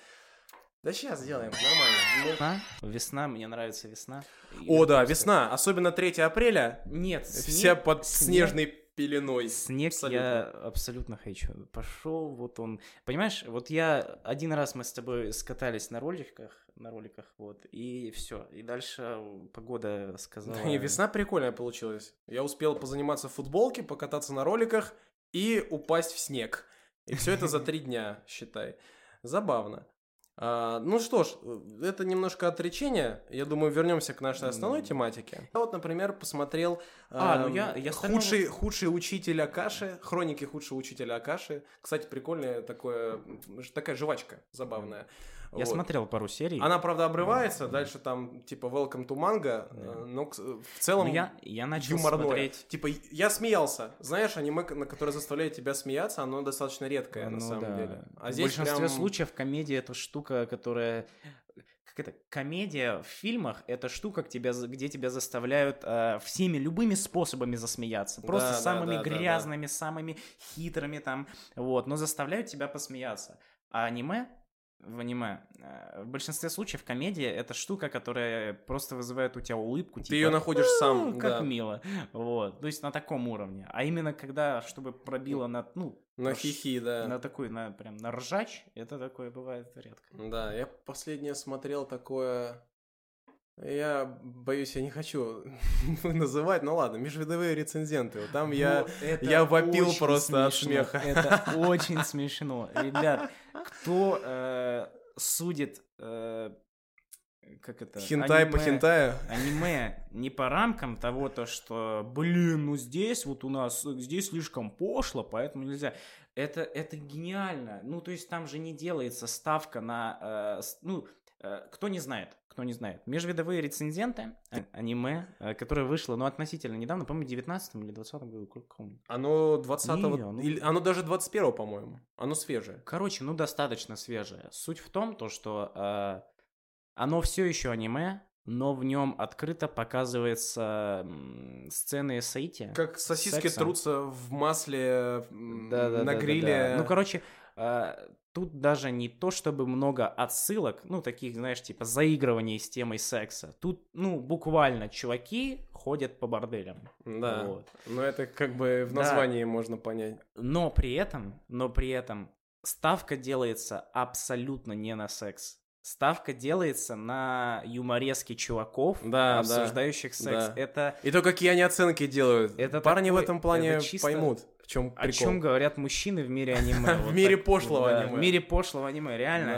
Да сейчас сделаем, нормально. Весна, весна, мне нравится весна. О, да, весна, особенно третьего апреля. Нет, вся снег, под снег, снежной пеленой. Снег абсолютно. Я абсолютно хочу. Пошел, вот он. Понимаешь, вот я один раз мы с тобой скатались на роликах, на роликах, вот, и все. И дальше погода сказала... И весна прикольная получилась. Я успел позаниматься в футболке, покататься на роликах и упасть в снег. И все это за три дня, считай. Забавно. А, ну что ж, это немножко отречение. Я думаю, вернемся к нашей основной тематике. Я вот, например, посмотрел а, э, ну я, я худший, стану... худший учитель Акаши, хроники худшего учителя Акаши. Кстати, прикольная такое, такая жвачка забавная. Я вот. смотрел пару серий. Она, правда, обрывается, да. Дальше там, типа, Welcome to Manga, да. но в целом я, я начал юморное. Смотреть... Типа, я смеялся. Знаешь, аниме, на которое заставляет тебя смеяться, оно достаточно редкое, ну, на самом да. деле. А в здесь большинстве прям... случаев комедия — это штука, которая... Как это? Комедия в фильмах — это штука, тебя, где тебя заставляют э, всеми любыми способами засмеяться. Просто да, самыми да, да, грязными, да, да. самыми хитрыми там. Вот, но заставляют тебя посмеяться. А аниме... В аниме. В большинстве случаев комедия — это штука, которая просто вызывает у тебя улыбку. Ты типа, ее находишь сам. Как да. мило. Вот. То есть на таком уровне. А именно когда, чтобы пробило на... Ну, на хихи, да. На такой, на прям на ржач, это такое бывает редко. Да, я последнее смотрел такое... Я боюсь, я не хочу называть, ну ладно, межвидовые рецензенты. Вот там я, я вопил просто от смеха. Это очень смешно. Ребят, кто э, судит... Э, как это? Хентай аниме, по хентаю? Аниме не по рамкам того, то, что, блин, ну здесь вот у нас, здесь слишком пошло, поэтому нельзя. Это, это гениально. Ну, то есть там же не делается ставка на... Э, ну, э, кто не знает, кто не знает. Межвидовые рецензенты, аниме, э, которое вышло, ну, относительно недавно, по-моему, в девятнадцатом или двадцатом году. Каком? Оно двадцатого, не, оно... Или, оно даже двадцать первого, по-моему. Оно свежее. Короче, ну, достаточно свежее. Суть в том, то, что... Э, Оно все еще аниме, но в нем открыто показывается сцены сейти. Как сосиски секса. Трутся в масле да, да, на да, гриле. Да, да. Ну, короче, тут даже не то, чтобы много отсылок, ну, таких, знаешь, типа заигрываний с темой секса. Тут, ну, буквально чуваки ходят по борделям. Да, вот. Но это как бы в названии да. можно понять. Но при этом, но при этом ставка делается абсолютно не на секс. Ставка делается на юморески чуваков, да, обсуждающих да, секс. Да. Это... И то, какие они оценки делают. Это Парни такой... в этом плане чисто... поймут, в чем прикол. О чем говорят мужчины в мире аниме. В мире пошлого аниме. В мире пошлого аниме, реально.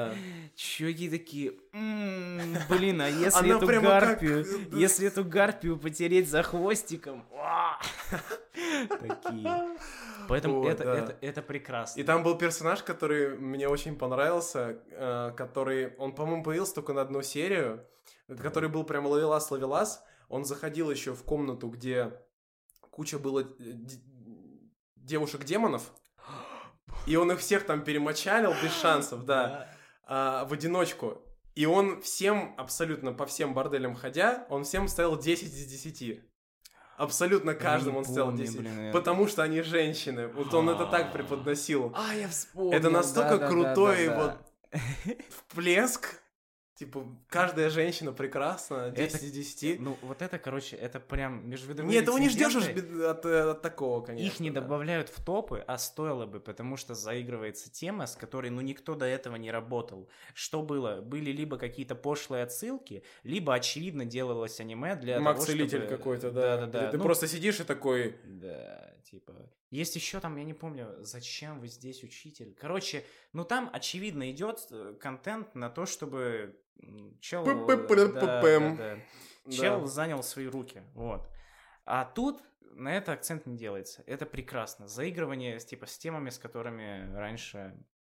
чуваки такие, «М, блин, а если Она эту прямо гарпию, как- если эту гарпию потереть за хвостиком, уа!» такие. Поэтому О, это, да. это, это прекрасно. И там был персонаж, который мне очень понравился, э, который, он, по-моему, появился только на одну серию, который был прям ловелас-ловелас. Он заходил еще в комнату, где куча было д- девушек-демонов, и он их всех там перемочалил без шансов, да, а, в одиночку. И он всем, абсолютно по всем борделям ходя, он всем ставил десять из десяти. Абсолютно каждому он ставил помню, десять. блин, я- Потому что они женщины. Вот он это так преподносил. А, я вспомнил. Это настолько да-да-да-да-да. крутой вот всплеск. Типа, каждая женщина прекрасна, десять Это- из десяти. Ну, вот это, короче, это прям межвидовые Нет, этого не ждешь рецензенты. от, от такого, конечно. Их не да. добавляют в топы, а стоило бы, потому что заигрывается тема, с которой, ну, никто до этого не работал. Что было? Были либо какие-то пошлые отсылки, либо, очевидно, делалось аниме для того, Маг-целитель чтобы... какой-то, да. Да-да-да. Ты Ну, просто сидишь и такой... Да, типа... Есть еще там, я не помню, зачем вы здесь, учитель? Короче, ну там, очевидно, идет э, контент на то, чтобы м, чел... э, Пы-пы-пы-пы-пэм. да, да, да. Чел Да. занял свои руки, вот. А тут на это акцент не делается. Это прекрасно. Заигрывание с, типа, с темами, с которыми раньше...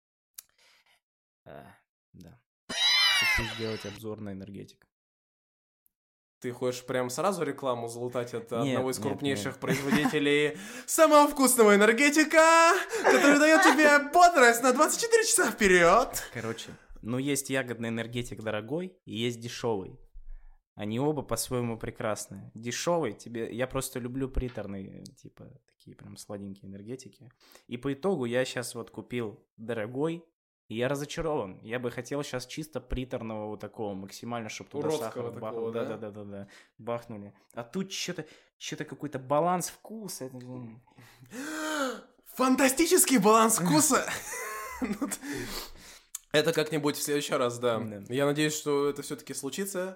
э, да. Хочу сделать обзор на энергетик. Ты хочешь прям сразу рекламу залутать от Нет, одного из нет, крупнейших нет. производителей самого вкусного энергетика, который дает тебе бодрость на двадцать четыре часа вперед. Короче, ну есть ягодный энергетик дорогой и есть дешевый. Они оба по-своему прекрасны. Дешевый тебе... Я просто люблю приторные, типа, такие прям сладенькие энергетики. И по итогу я сейчас вот купил дорогой, и я разочарован. Я бы хотел сейчас чисто приторного вот такого, максимально, чтобы туда Уродского сахар такого, бахнул. да? Да-да-да-да. Бахнули. А тут что-то что-то какой-то баланс вкуса. Это, м, Фантастический баланс вкуса. Ну, т- Это как-нибудь в следующий раз, да. Да. Я надеюсь, что это все-таки случится.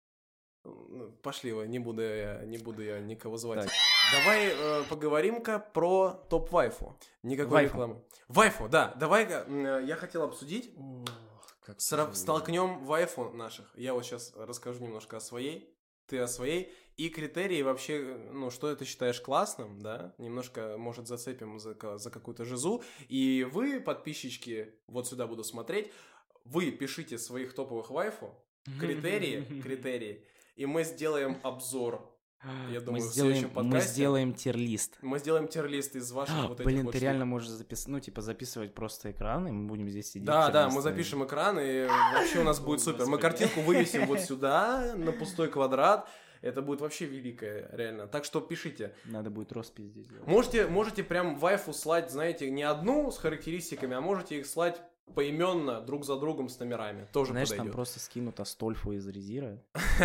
Ну, Пошли вы, не буду я, не буду я никого звать. Так. Давай э, поговорим-ка про топ-вайфу. Никакой Вайфу. рекламы. Вайфу, да. Давай-ка, м, э, я хотел обсудить. как Сра- тяжело. Столкнем вайфу наших. Я вот сейчас расскажу немножко о своей, ты о своей. И критерии вообще, ну, что ты считаешь классным, да? Немножко, может, зацепим за, ка- за какую-то жизу. И вы, подписчики, вот сюда буду смотреть, вы пишите своих топовых вайфу, критерии, критерии, и мы сделаем обзор. Я думаю, мы в сделаем, следующем мы подкасте сделаем тир-лист. мы сделаем тир-лист из ваших А, вот этих блин, вот ты штук. реально можешь записать, ну, типа, записывать просто экран, и мы будем здесь сидеть. Да, да, тир-лист мы ставить. запишем экран, и вообще у нас будет О, супер. Мы Господи. картинку вывесим вот сюда, на пустой квадрат. Это будет вообще великое, реально. Так что пишите. Надо будет роспись здесь делать. Можете, можете прям вайфу слать, знаете, не одну с характеристиками, а можете их слать поименно друг за другом с номерами. Тоже Знаешь, там подойдет. просто скинут Астольфу из Резира.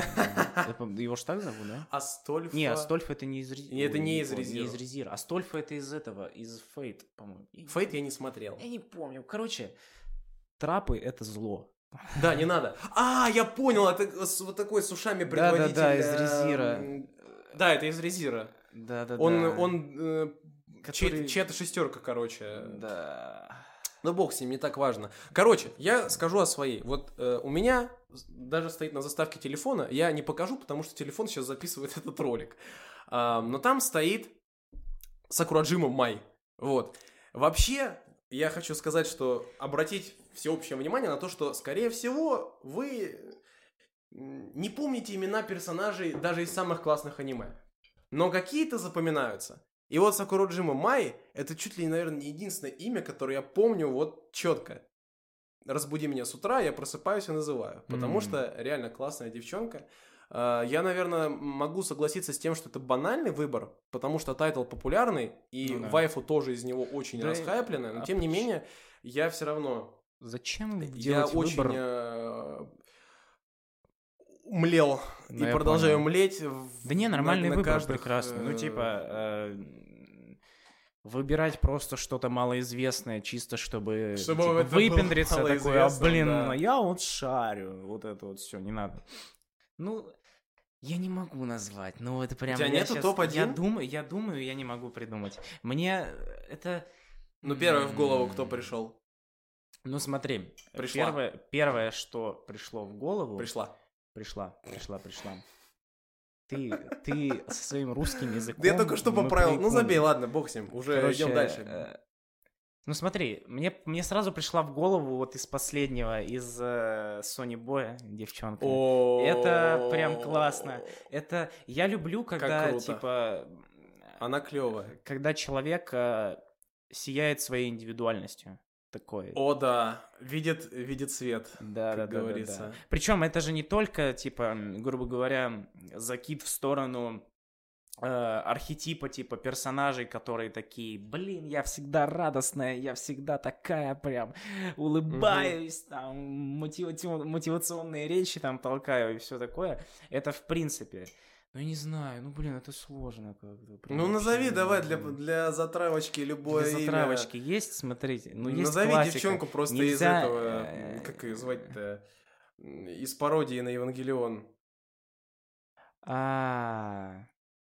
Я пом- Его ж так зовут, да? Астольфа... Не, Астольфа это не из Резира. Не, это не из Не Резира. из Резира. Астольфа это из этого, из Фейт, по-моему. Я- Фейт я не смотрел. Я не помню. Короче, трапы это зло. Да, не надо. А, я понял, это с- вот такой с ушами предводитель. Да-да-да, из э, Резира. м, Да, это из Резира. Да-да-да. Он, он э, чей- Который- чья-то шестерка, короче. Да. Ну, бог с ним, не так важно. Короче, я скажу о своей. Вот э, у меня даже стоит на заставке телефона, я не покажу, потому что телефон сейчас записывает этот ролик. А, но там стоит Сакураджима Май. Вот. Вообще, я хочу сказать, что обратить всеобщее внимание на то, что, скорее всего, вы м, не помните имена персонажей даже из самых классных аниме. Но какие-то запоминаются. И вот Сакураджима Май — это чуть ли, наверное, не единственное имя, которое я помню вот четко. Разбуди меня с утра, я просыпаюсь и называю. Потому М. что реально классная девчонка. А, Я, наверное, могу согласиться с тем, что это банальный выбор, потому что тайтл популярный, и Ну да. вайфу тоже из него очень Да и- расхайпленная, но а тем не поч- менее, я все равно, Зачем я делать очень выбор? э, млел Ну, и я продолжаю понял. млеть. в- Да не, нормальный на- на выбор, каждых, прекрасный. Ну, э, типа, э, выбирать просто что-то малоизвестное, чисто чтобы, Чтобы типа, это было выпендриться, такой, а, малоизвестным, блин, да. я вот шарю, вот это вот все, не надо. Ну, я не могу назвать, ну, это прям... У тебя я нету щас- топ-один? Я думаю, я думаю, я не могу придумать. Мне это... Ну, первое в голову м, кто пришел? Ну смотри, Пришла. Первое, первое, что пришло в голову... Пришла. Пришла, пришла, пришла. Ты, ты со своим русским языком... Да я только что мы поправил. Ну проикнули. забей, ладно, бог с ним. Уже Короче, идем дальше. э, Ну смотри, мне, мне сразу пришла в голову вот из последнего, из э, Sony Boy, девчонка. Это прям классно. Это я люблю, когда круто. типа... Она клевая. Когда человек э, сияет своей индивидуальностью. Такой. О, да. Видит, видит свет, Да, как да, да, говорится. да, да. Причем это же не только, типа, грубо говоря, закид в сторону э, архетипа, типа, персонажей, которые такие, блин, я всегда радостная, я всегда такая прям улыбаюсь, угу. там, мотивацион- мотивационные речи там толкаю и все такое. Это в принципе... Ну, я не знаю, ну, блин, это сложно как-то. Прям Ну, назови вообще, давай ну, для, для затравочки любое Для имя. затравочки есть, смотрите, ну, есть Назови классика. девчонку просто Нельзя, из этого, э, как ее звать-то, из пародии на Евангелион. А,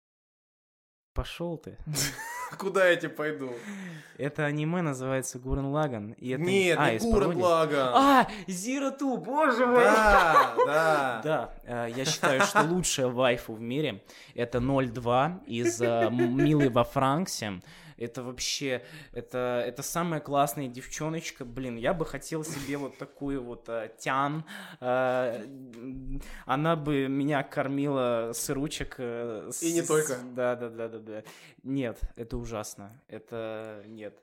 пошел ты. Куда я тебе пойду? Это аниме называется Гуррен Лаганн. И это... Нет, а, не из Гуррен пародии. Лаганн. А, Зиро Ту, боже мой! Да, да. Да, э, я считаю, что лучшая вайфу в мире это ноль два из э, Милы во Франксе. Это вообще, это, это самая классная девчоночка. Блин, я бы хотел себе вот такую вот э, тян. Э, она бы меня кормила сыручек. Э, с, И не только. Да, да, да, да, да. Нет, это ужасно. Это нет.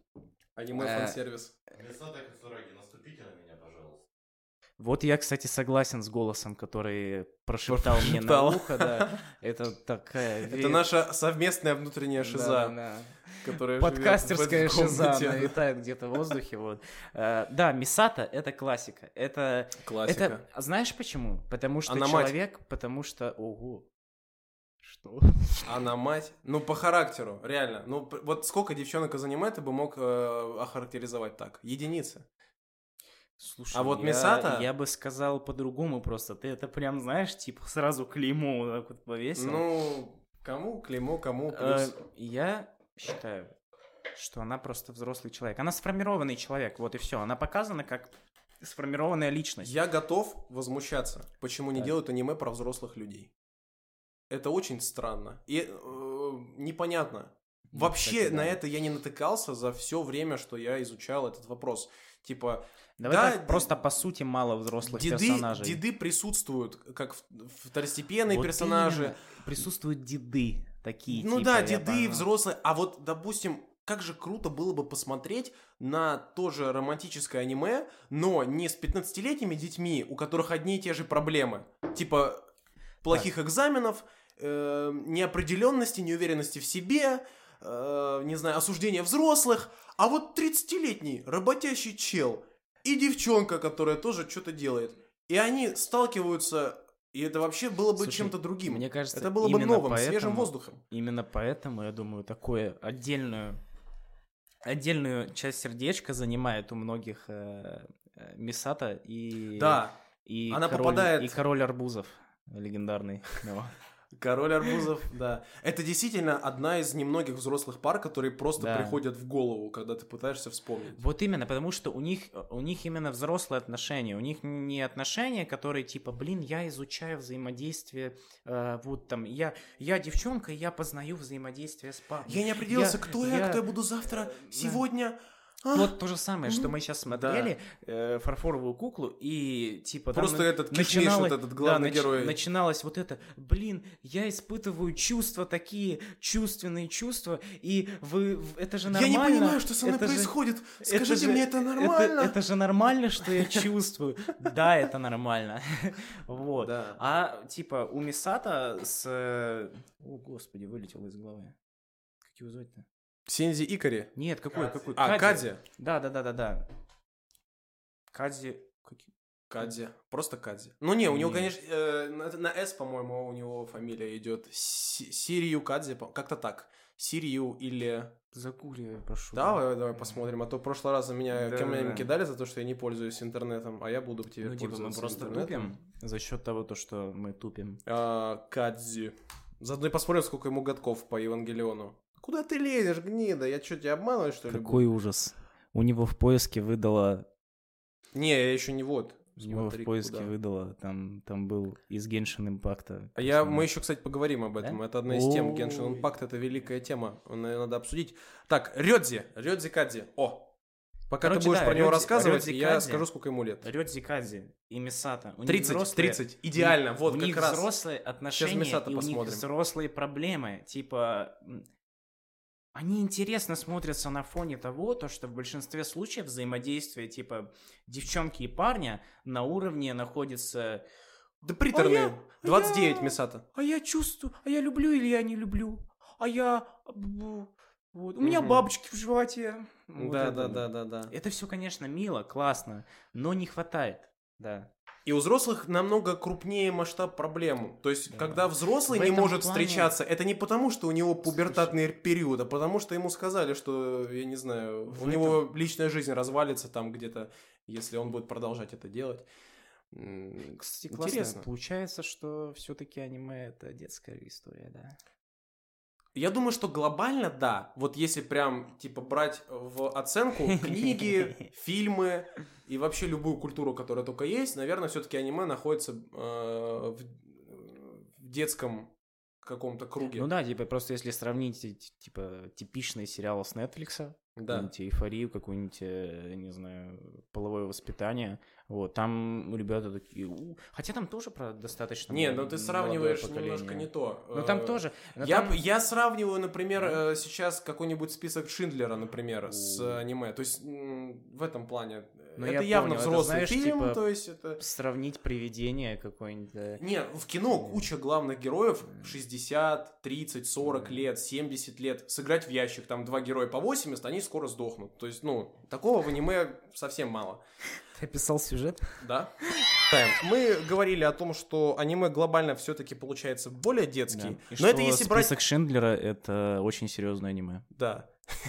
Аниме Э, фан-сервис. Мисата Кацураги, наступите на меня, пожалуйста. Вот я, кстати, согласен с голосом, который прошептал мне на Прошептал. ухо, да. Это такая... Это наша совместная внутренняя шиза, Да, да, да. которая Подкастерская живет в этой шиза, комнате. она витает где-то в воздухе, вот. Э, Да, Мисата — это классика. Это... Классика. Это... а Знаешь почему? Потому что Она мать. человек... Потому что... Ого. Что? Она мать. Ну, по характеру, реально. Ну, п- вот сколько девчонок из аниме ты бы мог э, охарактеризовать так? Единицы. Слушай, А вот я, Мисата- я бы сказал по-другому просто. Ты это прям, знаешь, типа сразу клеймо вот так вот повесил. Ну, кому клеймо, кому Э, плюс. Я считаю, что она просто взрослый человек. Она сформированный человек, вот и все. Она показана как сформированная личность. Я готов возмущаться, почему не Так. делают аниме про взрослых людей. Это очень странно. И э, непонятно. Ну, Вообще кстати, на да. это я не натыкался за все время, что я изучал этот вопрос. Типа, Давай да, так, д- просто по сути мало взрослых деды, персонажей. деды присутствуют, как в- второстепенные Вот персонажи. именно. Присутствуют деды такие. Ну типа, да, я деды, понял. взрослые. А вот, допустим, как же круто было бы посмотреть на тоже романтическое аниме, но не с пятнадцатилетними детьми, у которых одни и те же проблемы. Типа плохих экзаменов, э, неопределенности, неуверенности в себе, э, не знаю, осуждения взрослых. А вот тридцатилетний работящий чел и девчонка, которая тоже что-то делает. И они сталкиваются, и это вообще было бы Слушай, чем-то другим. мне кажется, это было бы именно новым, свежим поэтому- воздухом. Именно поэтому, я думаю, такое отдельную, отдельную часть сердечка занимает у многих э, э, Мисата и, Да, и, она король, попадает- и король арбузов легендарный. Ну, король арбузов, да. Это действительно одна из немногих взрослых пар, которые просто Да. приходят в голову, когда ты пытаешься вспомнить. Вот именно, потому что у них, у них именно взрослые отношения. У них не отношения, которые типа, блин, я изучаю взаимодействие, э, вот там, я, я девчонка, и я познаю взаимодействие с парнем. Я не определился, Я- кто я, я- кто я буду завтра, Да. сегодня. А? Вот то же самое, что Мгм. мы сейчас смотрели, э, фарфоровую куклу, и типа там Просто на- этот кишмиш, вот этот главный нач- герой. начиналось вот это, блин, я испытываю чувства такие, чувственные чувства, и вы, в- это же Я нормально. не понимаю, что со мной это же- происходит. это Скажите же- мне, это нормально? Это, это же нормально, что я чувствую. Да, это нормально. Вот. Да. А типа у Мисата с... э, О, господи, вылетело из головы. Как его звать-то? Синзи Икари. Нет, какой, Кадзи. какой? А, Кадзи. Да, да, да, да, да. Кадзи. Какие? Кадзи. Просто Кадзи. Ну не, у него, Нет. конечно, э, на, на «С», по-моему, у него фамилия идет. Си- Сирию Кадзи, по- как-то так. Сирию или... Закури, прошу. Давай, давай посмотрим, а то в прошлый раз за меня Да, камнями да. кидали за то, что я не пользуюсь интернетом, а я буду теперь Ну, типа, мы пользоваться просто интернетом. тупим за счет того, то, что мы тупим. А, Кадзи. Заодно и посмотрим, сколько ему годков по Евангелиону. Куда ты лезешь, гнида? Я что, тебя обманываю, что ли? Какой ужас. У него в поиске выдало Не, я еще не вот. У него в Смотри, поиске куда. выдало, там, там был из Genshin Impact. А я, мы еще, кстати, поговорим об этом. Да? Это одна из тем. Ой. Genshin Impact — это великая тема. Наверное, надо обсудить. Так, Рёдзи. Рёдзи Кадзи. О! Пока Короче, ты будешь да, про него Рёдзи- рассказывать, Рёдзи я Кадзи. скажу, сколько ему лет. Рёдзи Кадзи и Мисата. У них тридцать, взрослые- тридцать. Идеально, у вот них, как у них раз. взрослые отношения, Мисата и у них посмотрим. взрослые проблемы. Типа, м, они интересно смотрятся на фоне того, то, что в большинстве случаев взаимодействие, типа, девчонки и парня на уровне находится... Да приторные. А я- двадцать девять я- Мисата. А я чувствую, а я люблю или я не люблю, а я... б- Вот. У меня Мгм. бабочки в животе. Вот Да, это да, вот. да, да, да. Это все, конечно, мило, классно, но не хватает. Да. И у взрослых намного крупнее масштаб проблем. То есть, Да. когда взрослый В не этом может плане- встречаться, это не потому, что у него пубертатный период, а потому что ему сказали, что, я не знаю, В у него личная жизнь развалится там где-то, если он будет продолжать это делать. М, Кстати, классно. Интересно. Получается, что все-таки аниме это детская история, да? Я думаю, что глобально да. Вот если прям, типа, брать в оценку книги, фильмы и вообще любую культуру, которая только есть, наверное, все-таки аниме находится э, в, в детском каком-то круге. Ну да, типа просто если сравнить э, т- типа типичные сериалы с Netflix, Да. какую-нибудь эйфорию, какую-нибудь, э, не знаю, половое воспитание, вот, там ребята такие, «У». Хотя там тоже про достаточно Не, мол- ну ты молодое сравниваешь поколение. немножко не то. Ну там Э, тоже. но Я, там- я сравниваю, например, э, сейчас какой-нибудь список Шиндлера, например, с У. аниме. То есть м, в этом плане. Ну, это я явно понял, это, взрослый знаешь, фильм, типа, то есть это... Сравнить привидение какое-нибудь. да. Не, в кино куча главных героев шестьдесят, тридцать, сорок Да. лет, семьдесят лет. Сыграть в ящик, там два героя по восемьдесят, они скоро сдохнут. То есть, ну, такого в аниме совсем мало. Ты описал сюжет? Да. Мы говорили о том, что аниме глобально все-таки получается более детский. И Но что это если брать... список Шиндлера это очень серьезное аниме. Да.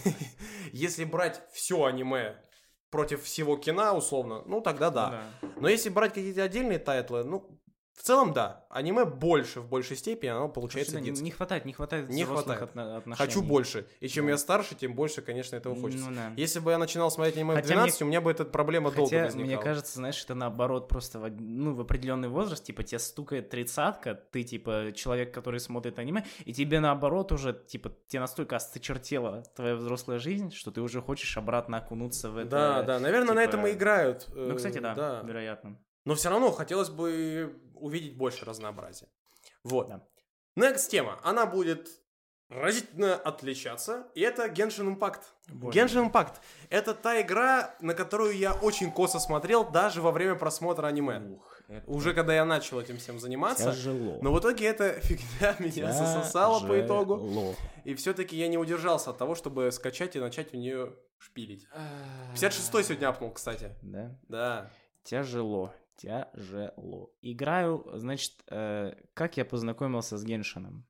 Если брать все аниме против всего кино, условно, ну тогда да. Но если брать какие-то отдельные тайтлы, ну, в целом да. Аниме больше, в большей степени, оно получается Слушай, да, детским. не хватает, не хватает Не взрослых хватает. отно- отношений. Хочу больше. И чем Да. я старше, тем больше, конечно, этого хочется. Ну да. Если бы я начинал смотреть аниме в Хотя двенадцать, у меня бы эта проблема долго Хотя, возникала. мне кажется, знаешь, это наоборот просто в, од- ну, в определенный возраст, типа, тебе стукает тридцатка, ты, типа, человек, который смотрит аниме, и тебе наоборот уже, типа, тебе настолько осточертела твоя взрослая жизнь, что ты уже хочешь обратно окунуться в это. Да, да, наверное, на типа- этом и играют. Ну, э, кстати, да, вероятно. Но все равно хотелось бы увидеть больше разнообразия. Вот. Да. Next тема. Она будет разительно отличаться. И это Genshin Impact. Боже Genshin Impact. Это та игра, на которую я очень косо смотрел даже во время просмотра аниме. Ух, это Уже когда я начал этим всем заниматься. тяжело. Но в итоге эта фигня меня засосала по итогу. Тяжело. И все-таки я не удержался от того, чтобы скачать и начать в нее шпилить. пятьдесят шестой сегодня апнул, кстати. Да? Да. Тяжело. Тяжело. Играю, значит, э, как я познакомился с Геншином?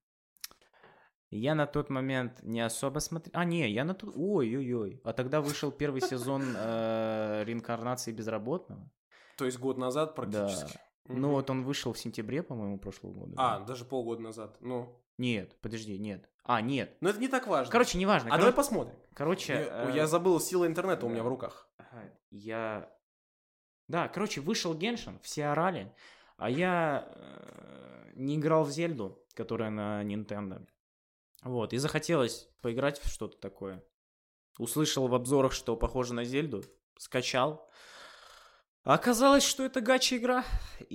Я на тот момент не особо смотрел... А, не, я на тот... Ой-ой-ой. А тогда вышел первый сезон э, реинкарнации безработного. То есть год назад практически. Да. Ну вот он вышел в сентябре, по-моему, прошлого года. А, да? даже полгода назад. Ну. Нет, подожди, нет. А, нет. Но это не так важно. Короче, неважно. а Короче, давай посмотрим. короче, Я, э, я забыл, сила интернета у да. меня в руках. Ага, я... Да, короче, вышел Геншин, все орали, а я э, не играл в Зельду, которая на Nintendo. Вот, и захотелось поиграть в что-то такое. Услышал в обзорах, что похоже на Зельду, скачал. А оказалось, что это гача-игра,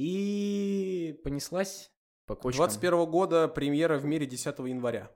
и понеслась по кочкам. двадцать первого года премьера в мире десятого января.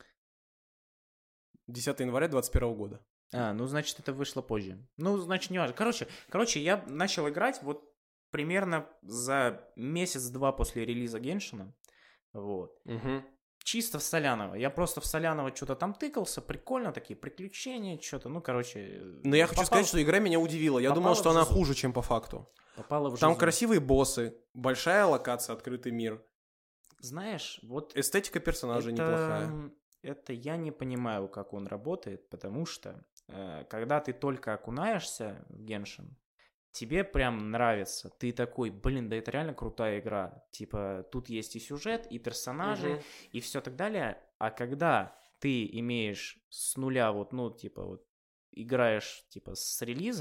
десятого января двадцать первого года. А, ну, значит, это вышло позже. Ну, значит, не важно. Короче, короче, я начал играть вот примерно за месяц-два после релиза Геншина. Вот. Угу. Чисто в Соляново. Я просто в Соляново что-то там тыкался. Прикольно, такие приключения, что-то. Ну, короче... Но я хочу попал- сказать, что игра меня удивила. Я попала думал, что в она жизу. хуже, чем по факту. Попала в Там жизнь. красивые боссы, большая локация, открытый мир. Знаешь, вот... Эстетика персонажей это... неплохая. Это я не понимаю, как он работает, потому что э, когда ты только окунаешься в Геншин, тебе прям нравится. Ты такой, блин, да это реально крутая игра. Типа, тут есть и сюжет, и персонажи, Мгм. и все так далее. А когда ты имеешь с нуля, вот, ну, типа, вот, играешь, типа, с релиза,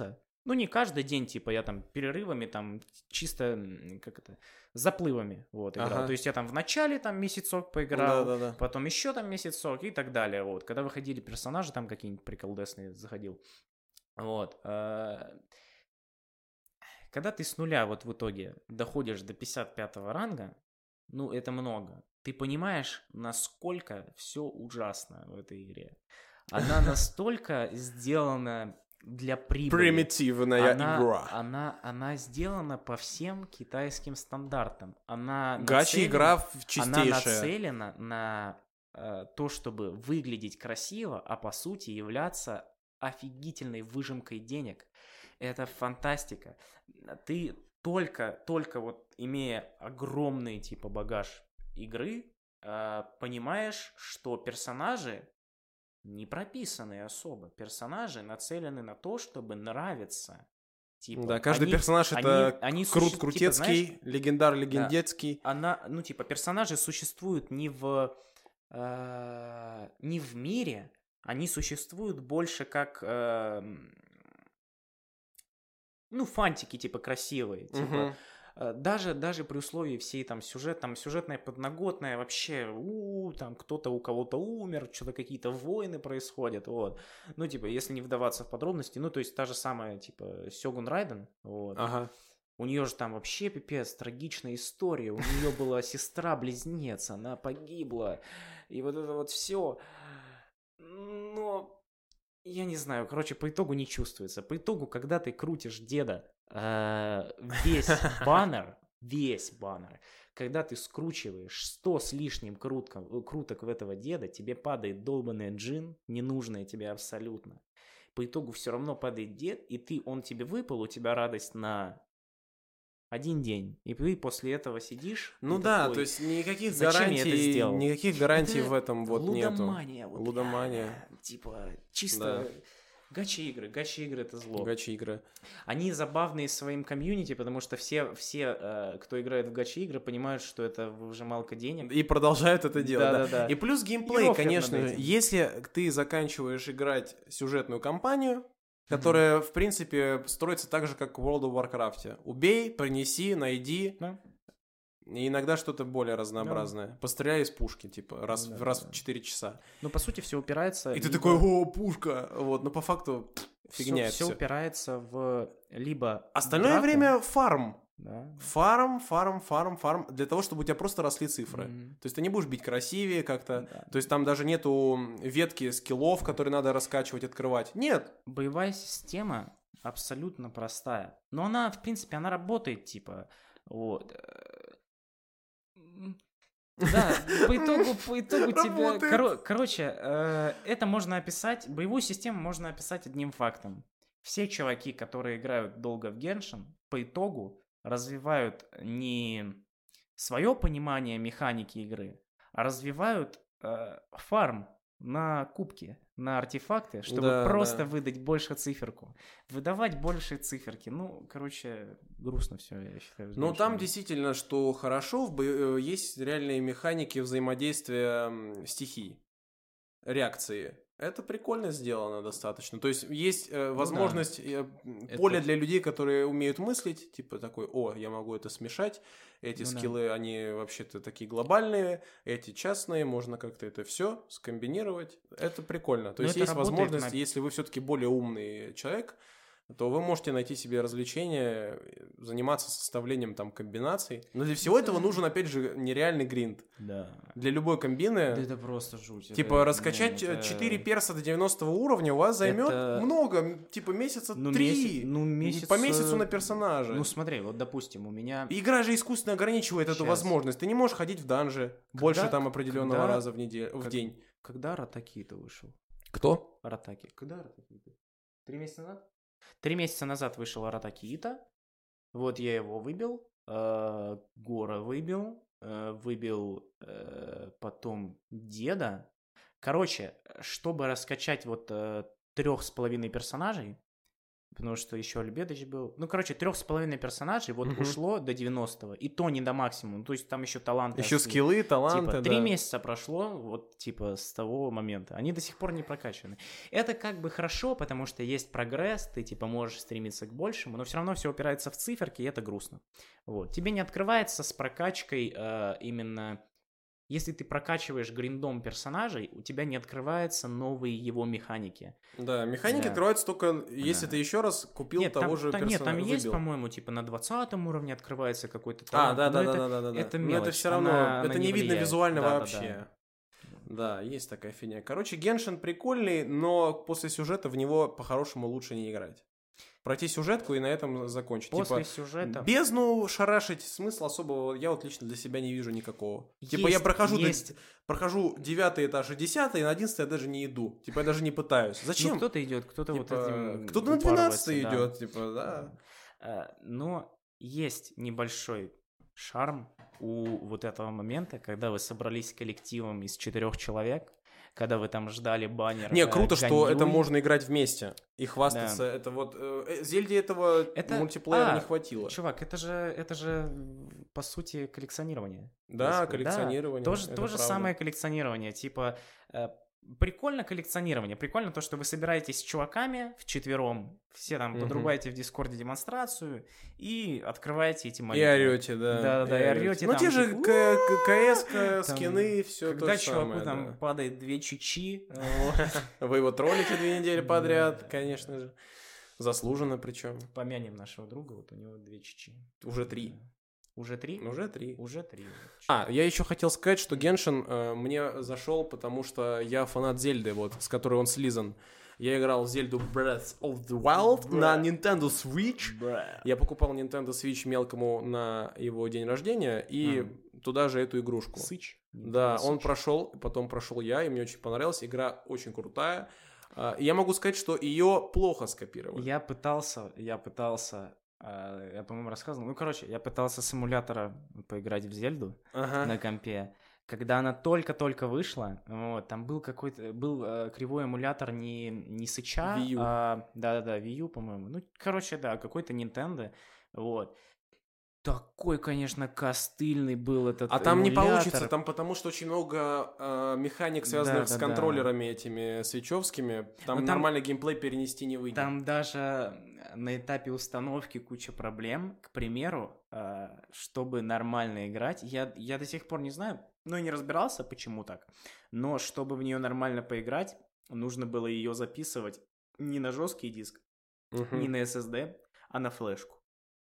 Ну, не каждый день, типа, я там перерывами, там, чисто, м, как это, заплывами, вот, играл. Ага. То есть я там в начале, там, месяцок поиграл, Да-да-да. потом еще там месяцок и так далее, вот. Когда выходили персонажи, там какие-нибудь приколдесные заходил, вот. э, Когда ты с нуля вот в итоге доходишь до пятьдесят пятого ранга, ну, это много. Ты понимаешь, насколько все ужасно в этой игре. Она настолько сделана для прибыли. Примитивная Она, игра. она, она сделана по всем китайским стандартам. Она Гача-игра нацелена- в- Она чистейшая. нацелена на э, то, чтобы выглядеть красиво, а по сути являться офигительной выжимкой денег. Это фантастика. Ты только, только вот имея огромный типа багаж игры, э, понимаешь, что персонажи не прописаны особо. Персонажи нацелены на то, чтобы нравиться. Типа, Да, каждый они- персонаж они- это они крут суще- типа, крутецкий, знаешь, легендар легендецкий. она, ну, типа, персонажи существуют не в, э, не в мире, они существуют больше как, э, ну, фантики, типа, красивые. Типа, Мгм. э, даже, даже при условии всей там сюжет, там, сюжетная подноготная, вообще, у, там, кто-то у кого-то умер, что-то какие-то войны происходят, вот. Ну, типа, если не вдаваться в подробности, ну, то есть, та же самая, типа, Сёгун Райден, вот. Ага. У нее же там вообще пипец, трагичная история. У нее была сестра-близнец, она погибла. И вот это вот все. Но я не знаю, короче, по итогу не чувствуется. По итогу, когда ты крутишь деда, э, весь баннер, весь баннер, когда ты скручиваешь сто с лишним крутко- круток в этого деда, тебе падает долбанный джин, ненужная тебе абсолютно. По итогу все равно падает дед, и ты, он тебе выпал, у тебя радость на один день. И ты после этого сидишь. Ну и да, такой, то есть никаких «Зачем я это гарантий, сделал?» никаких гарантий Это в этом вот нету. лудомания. Вот, Лудомания. э, Типа, чисто гача-игры. Гача-игры — это зло. Гача-игры. Они забавные своим комьюнити, потому что все, все э, кто играет в гача-игры, понимают, что это выжималка денег. И продолжают это делать, да. Да-да-да. И плюс геймплей, И рофлят конечно, над этим. если ты заканчиваешь играть сюжетную кампанию, которая, в принципе, строится так же, как в World of Warcraft. Убей, принеси, найди. Да. И иногда что-то более разнообразное. Постреляй из пушки, типа, раз, Да, в раз да. в четыре часа. Ну, по сути, все упирается... И ты либо- такой, о, пушка! Вот, но по факту фигня это все всё. упирается в либо Остальное драку, время фарм. да. Фарм, фарм, фарм, фарм. Для того, чтобы у тебя просто росли цифры. Мгм. То есть ты не будешь бить красивее как-то. Да. То есть там даже нету ветки скиллов, которые надо раскачивать, открывать. Нет. Боевая система абсолютно простая. Но она, в принципе, она работает, типа, вот. М, Да, по итогу, по итогу тебе... Работает. коро- Короче, э, это можно описать, боевую систему можно описать одним фактом. Все чуваки, которые играют долго в Genshin, по итогу развивают не свое понимание механики игры, а развивают э, фарм на кубки, на артефакты, чтобы Да, просто да. выдать больше циферку. Выдавать больше циферки. Ну, короче, грустно все, я считаю. с Ну, там Genshin. действительно, что хорошо, в бо- э, есть реальные механики взаимодействия м, стихий, реакции. Это прикольно сделано достаточно. То есть есть э, возможность, э, м, Это- поле для людей, которые умеют мыслить, типа такой, о, я могу это смешать, эти Ну да. скиллы, они вообще-то такие глобальные, эти частные, можно как-то это все скомбинировать. Это прикольно. То Но есть это есть работает возможность, на- если вы все-таки более умный человек, то вы можете найти себе развлечение, заниматься составлением там комбинаций. Но для всего этого нужен, опять же, нереальный гринд. Да. Для любой комбины, Да это просто жуть. типа, Это- раскачать не, это- четыре перса до девяностого уровня у вас займет Это- много, м, типа месяца Ну, три. месяц- ну, месяц, По месяцу э, на персонажа. Ну, смотри, вот, допустим, у меня... Игра же искусственно ограничивает эту Щас. возможность. Ты не можешь ходить в данжи больше там определенного когда- раза в, неделю, в как- день. Когда Ратаки-то вышел? Кто? Аратаки. Когда Аратаки-то? Три месяца назад? Три месяца назад вышел Аратаки-то. Вот я его выбил. э, Гора выбил. э, Выбил э, потом Деда. Короче, чтобы раскачать вот трех с половиной персонажей, потому что еще Альбедыч был. Ну, короче, трех с половиной персонажей вот Мгм. ушло до девяностого, и то не до максимума, то есть там еще таланты. Еще остались. скиллы, таланты, Типа, да. три месяца прошло, вот, типа, с того момента. Они до сих пор не прокачаны. Это как бы хорошо, потому что есть прогресс, ты, типа, можешь стремиться к большему, но все равно все упирается в циферки, и это грустно. Вот. Тебе не открывается с прокачкой э, именно... Если ты прокачиваешь гриндом персонажей, у тебя не открываются новые его механики. Да, механики Да. открываются только, если Да. ты еще раз купил Нет, того там, же та- персонажа. нет, там есть, выбил. по-моему, типа на двадцатом уровне открывается какой-то А, талант. да, но да, это- да, да, да, да. это Но это мелочь, все равно, она- это она не не видно влияет. визуально Да, да, вообще. Да, есть такая фигня. Короче, Геншин прикольный, но после сюжета в него по-хорошему лучше не играть. Пройти сюжетку и на этом закончить. После Типа, сюжета... бездну шарашить смысла особого я вот лично для себя не вижу никакого. Типа я Есть, прохожу, до- есть. прохожу девятый этаж и десятый, и на одиннадцатый я даже не иду. Типа я даже не пытаюсь. Зачем? Ну, кто-то идет, кто-то вот Типа, этим кто-то на упарывается, двенадцатый да. идет, типа, да. Э, Но есть небольшой шарм у вот этого момента, когда вы собрались коллективом из четырех человек, когда вы там ждали баннер. Не, э, круто, что Ганьюй. это можно играть вместе и хвастаться. Это вот э, э, Зельде этого Это- мультиплеера а, не хватило. Чувак, это же, это же м, по сути коллекционирование. Да, Господи, коллекционирование. То же, это то же правда. самое коллекционирование. Типа, э, прикольно коллекционирование. Прикольно то, что вы собираетесь с чуваками вчетвером, все там Мгм. подрубаете в Дискорде демонстрацию и открываете эти И молитвы. орете, да. Да-да-да, и орете Ну, там, те же типа, К- К- КС, Там, скины, все то Когда же чуваку самое, там да. падает две чичи, вот. Вы его троллите две недели подряд, Да. конечно же. Заслуженно причем. Помянем нашего друга, вот у него две чичи. Уже три. Уже три? Уже три. Уже три. А, я еще хотел сказать, что Геншин э, мне зашел, потому что я фанат Зельды, вот, с которой он слизан. Я играл в Зельду Breath of the Wild на Nintendo Switch. Бра. Я покупал Nintendo Switch мелкому на его день рождения и Мгм. туда же эту игрушку. Сыч. Да, он Сыч. прошел, потом прошел я, и мне очень понравилась. Игра очень крутая. А, и я могу сказать, что ее плохо скопировали. Я пытался, я пытался, э, я, по-моему, рассказывал. Ну, короче, я пытался с эмулятора поиграть в Зельду Ага. на компе. Когда она только-только вышла, вот, там был какой-то, был э, кривой эмулятор не, не Сыча, Wii U. а, да-да-да, Wii U, по-моему. Ну, короче, да, какой-то Nintendo, вот. Такой, конечно, костыльный был этот А там не эмулятор. получится, там потому что очень много э, механик, связанных Да, с да, да. контроллерами этими свечевскими. Там Ну, там- нормальный геймплей перенести не выйдет. Там даже на этапе установки куча проблем. К примеру, э, чтобы нормально играть, я, я до сих пор не знаю, ну и не разбирался, почему так, но чтобы в нее нормально поиграть, нужно было ее записывать не на жесткий диск, Мгм. не на эс эс ди, а на флешку.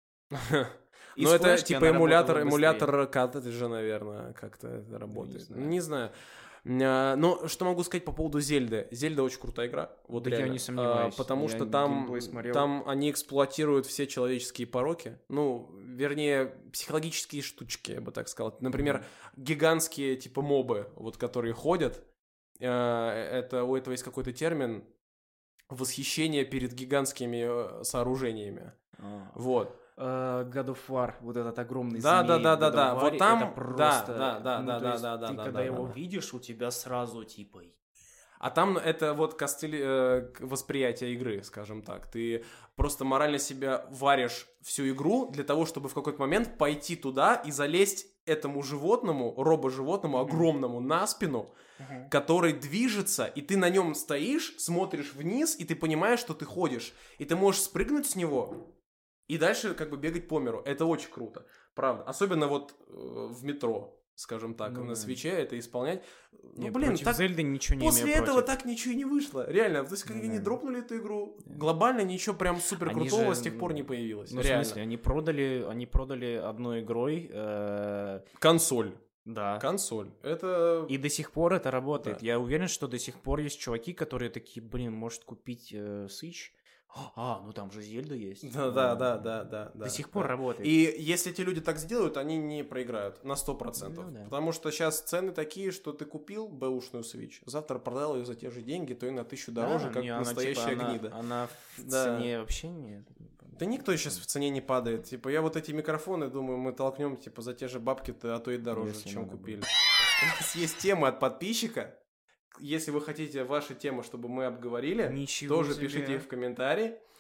И Ну, с это флешки типа она эмулятор, работала быстрее. эмулятор картриджа, наверное, как-то это работает. знаю. Не знаю. А, Но что могу сказать по поводу Зельды? Зельда очень крутая игра. Вот Да я реально. не сомневаюсь. А, Потому Я что там, геймплей смотрел. там они эксплуатируют все человеческие пороки. Ну, вернее, психологические штучки, я бы так сказал. Например, гигантские типа мобы, вот которые ходят. А, Это у этого есть какой-то термин. Восхищение перед гигантскими э, сооружениями. А. Вот. Э, God of War, вот этот огромный Да, змей да, да, в да, God of да. War, Вот там- это просто... да, да, да, ну, да, то да, есть да, да, ты да, когда да, его да. видишь, у тебя сразу типа... А там это вот костыль э, к- восприятия игры, скажем так. Ты просто морально себя варишь всю игру для того, чтобы в какой-то момент пойти туда и залезть этому животному, робо-животному, огромному на спину, который движется, и ты на нем стоишь, смотришь вниз, и ты понимаешь, что ты ходишь. И ты можешь спрыгнуть с него и дальше как бы бегать по миру. Это очень круто, правда. Особенно вот э, в метро, скажем так, Ну на да. свече это исполнять. Ну, Не, блин, против так... Зельды ничего не После имею этого против. так ничего и не вышло. Реально, то есть как Ну они да. дропнули эту игру, Да. глобально ничего прям супер Они крутого же, с тех пор не появилось. Ну, в Реально. смысле, они продали, они продали одной игрой, э, Консоль. да. Консоль. Это... И до сих пор это работает. Да. Я уверен, что до сих пор есть чуваки, которые такие, блин, может купить э, Switch? А, ну там же Зельда есть. Да, да, да, да, да. До сих пор да. работает. И если эти люди так сделают, они не проиграют на сто процентов. Ну да. Потому что сейчас цены такие, что ты купил бэушную Switch, завтра продал ее за те же деньги, то и на тысячу дороже, Да, как не, она, настоящая типа, она- гнида. Она в Да. цене вообще не... Да никто сейчас в цене не падает. Типа, я вот эти микрофоны, думаю, мы толкнем, типа, за те же бабки-то, а то и дороже, Если чем надо купили. У нас есть тема от подписчика. Если вы хотите ваши темы, чтобы мы обговорили, Ничего тоже себе. пишите их в комментарии.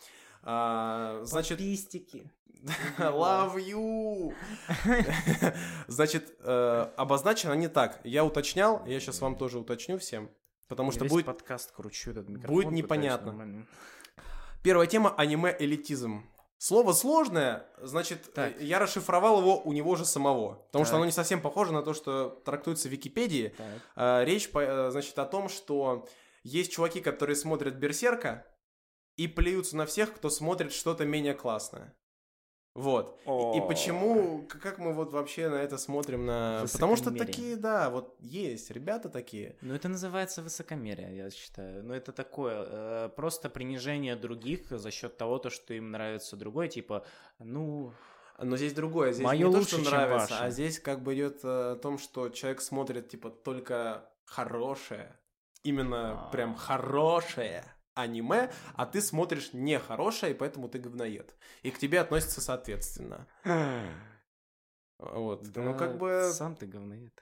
А, значит... Подписчики. Love you! Значит, э, обозначено не так. Я уточнял, я сейчас вам тоже уточню всем, потому что Весь будет, подкаст кручу этот микрофон. будет пытаюсь непонятно. нормально. Первая тема — аниме-элитизм. Слово сложное, значит, Так. я расшифровал его у него же самого, потому Так. что оно не совсем похоже на то, что трактуется в Википедии. Так. А, речь, по- э, значит, о том, что есть чуваки, которые смотрят «Берсерка» и плюются на всех, кто смотрит что-то менее классное. Вот. И, и почему, к- как мы вот вообще на это смотрим? На... Потому что Высокомерие. такие, да, вот есть ребята такие. Ну, это называется высокомерие, я считаю. Ну, это такое, э, просто принижение других за счет того, то, что им нравится другое, типа, ну... Но здесь другое, здесь Моё не то, лучше, что чем нравится, ваше. а здесь как бы идет э, о том, что человек смотрит, типа, только хорошее, именно А. прям хорошее аниме, а ты смотришь нехорошее, и поэтому ты говноед. И к тебе относятся соответственно. Вот. Да, Ну, как бы... сам ты говноед.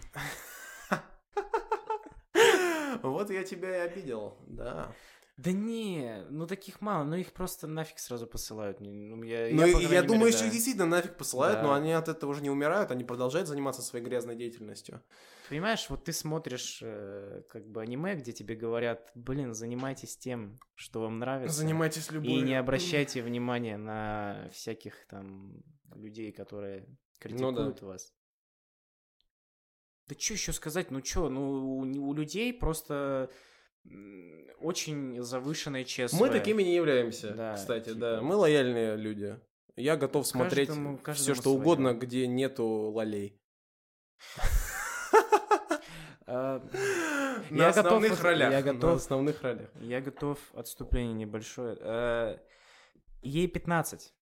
Вот я тебя и обидел, да. Да не, ну таких мало, ну их просто нафиг сразу посылают. Ну, я, Ну, я, по и крайней я мере, думаю, да. что их действительно нафиг посылают, Да. но они от этого уже не умирают, они продолжают заниматься своей грязной деятельностью. Понимаешь, вот ты смотришь э, как бы аниме, где тебе говорят, блин, занимайтесь тем, что вам нравится. Занимайтесь И любовью. не обращайте внимания на всяких там людей, которые критикуют вас. Да что еще сказать? Ну что, ну у, у людей просто м, очень завышенное честное. Мы такими не являемся, Да, кстати, типа- да. Мы лояльные люди. Я готов смотреть Каждому- все, каждому что своё. угодно, где нету лолей. А, На Я готов основных от- ролях. я На готов- основных ролях. Я готов, отступление небольшое. Э, Ей пятнадцать.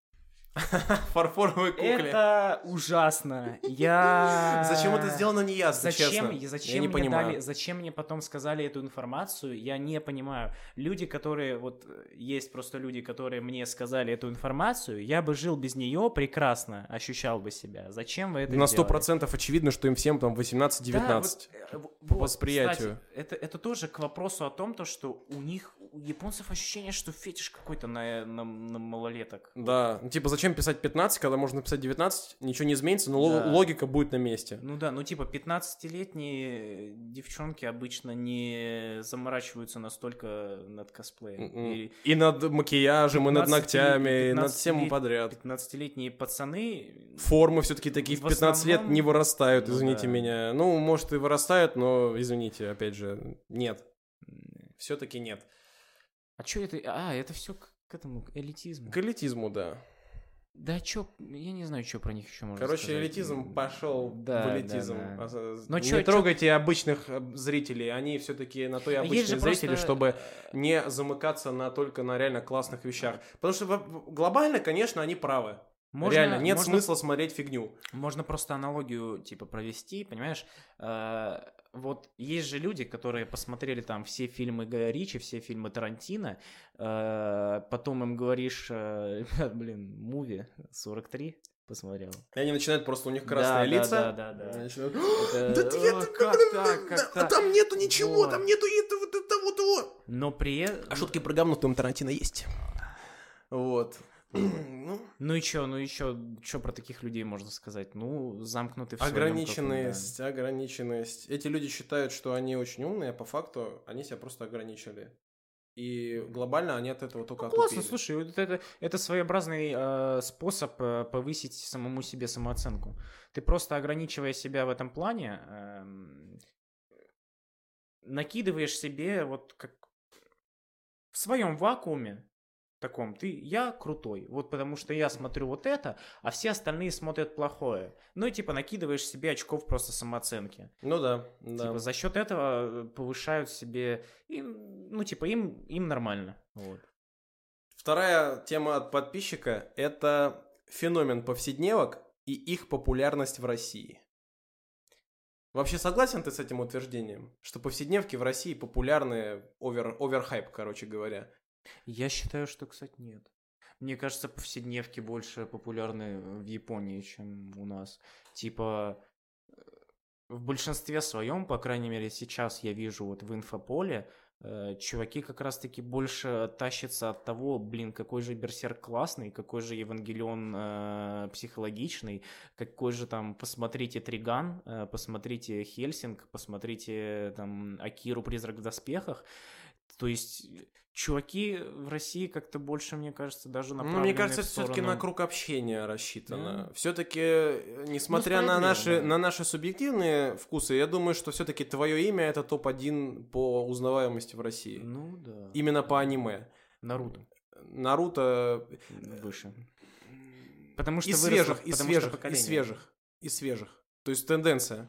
Фарфоровые кукле. Это ужасно. Я... Зачем это сделано, не ясно, Зачем, честно. и зачем, Я не мне понимаю. дали, зачем мне потом сказали эту информацию, я не понимаю. Люди, которые, вот, э, есть просто люди, которые мне сказали эту информацию, я бы жил без нее прекрасно, ощущал бы себя. Зачем вы это На сделали? сто процентов очевидно, что им всем там восемнадцать-девятнадцать. Да, вот, э, по вот, восприятию. кстати, это, это тоже к вопросу о том, то, что у них, у японцев ощущение, что фетиш какой-то на, на, на малолеток. Да, ну, типа, зачем писать пятнадцать, когда можно написать девятнадцать, ничего не изменится, но ло- Да. логика будет на месте. Ну да, ну типа пятнадцатилетние девчонки обычно не заморачиваются настолько над косплеем. М-м. И И над макияжем, и над пятнадцатилетние- ногтями, и над всем пятнадцатилет- подряд. пятнадцатилетние пацаны... Формы все-таки такие в В пятнадцать лет основном- не вырастают, Ну извините да. меня. Ну, может, и вырастают, но, извините, опять же, нет. Все-таки нет. А что это? А, это все к, к этому, к элитизму. К элитизму, да. Да чё, я не знаю, что про них еще можно Короче, сказать. элитизм пошел Да, в элитизм. да, да. А, а, Но не чё- чё- трогайте обычных э, зрителей, они все-таки на то и А есть обычные же зрители, просто- чтобы не замыкаться на только на реально классных вещах. Потому что в- глобально, конечно, они правы. Можно- Реально, нет можно- смысла смотреть фигню. Можно просто аналогию, типа, провести, понимаешь? Э, вот есть же люди, которые посмотрели там все фильмы Гая Ричи, все фильмы Тарантино, э, потом им говоришь, э, ребят, блин, муви сорок три посмотрел. И они начинают просто, у них Да, красные да, лица. да, да, да. Они начинают, Это- Да ты это, О, как блин, так, как да, так? там нету ничего, Вот. там нету этого, того, того, того. Но при этом... А шутки про говно в том Тарантино есть. Вот. Ну, Ну и чё, ну еще, что про таких людей можно сказать? Ну, замкнуты в своём ограниченность, ограниченность. Эти люди считают, что они очень умные, а по факту они себя просто ограничили. И глобально они от этого только каком-то... Ну, классно, отупели. слушай, вот это, это своеобразный э, способ э, повысить самому себе самооценку. Ты просто ограничивая себя в этом плане, эм, накидываешь себе вот как в своем вакууме таком, ты, я крутой, вот потому что я смотрю вот это, а все остальные смотрят плохое. Ну и типа накидываешь себе очков просто самооценки. Ну да, да. Типа за счет этого повышают себе, им, ну типа им, им нормально. Вот. Вторая тема от подписчика – это феномен повседневок и их популярность в России. Вообще согласен ты с этим утверждением, что повседневки в России популярны, овер, оверхайп, короче говоря? Я считаю, что, кстати, нет. Мне кажется, повседневки больше популярны в Японии, чем у нас. Типа, в большинстве своем, по крайней мере, сейчас я вижу вот в инфополе, э, чуваки как раз-таки больше тащатся от того, блин, какой же Берсерк классный, какой же Евангелион э, психологичный, какой же там, посмотрите Триган, э, посмотрите Хельсинг, посмотрите там Акиру Призрак в доспехах. То есть чуваки в России как-то больше, мне кажется, даже направлены Ну, мне кажется, в это сторону... все-таки на круг общения рассчитано. Да. Все-таки, несмотря Ну, на, наши, да. на наши субъективные вкусы, я думаю, что все-таки твое имя это топ один по узнаваемости в России. Ну, да. Именно по аниме. Наруто. Наруто... Выше. Потому что из выросло, свежих, из потому что свежих, поколение. из свежих, из свежих. То есть тенденция.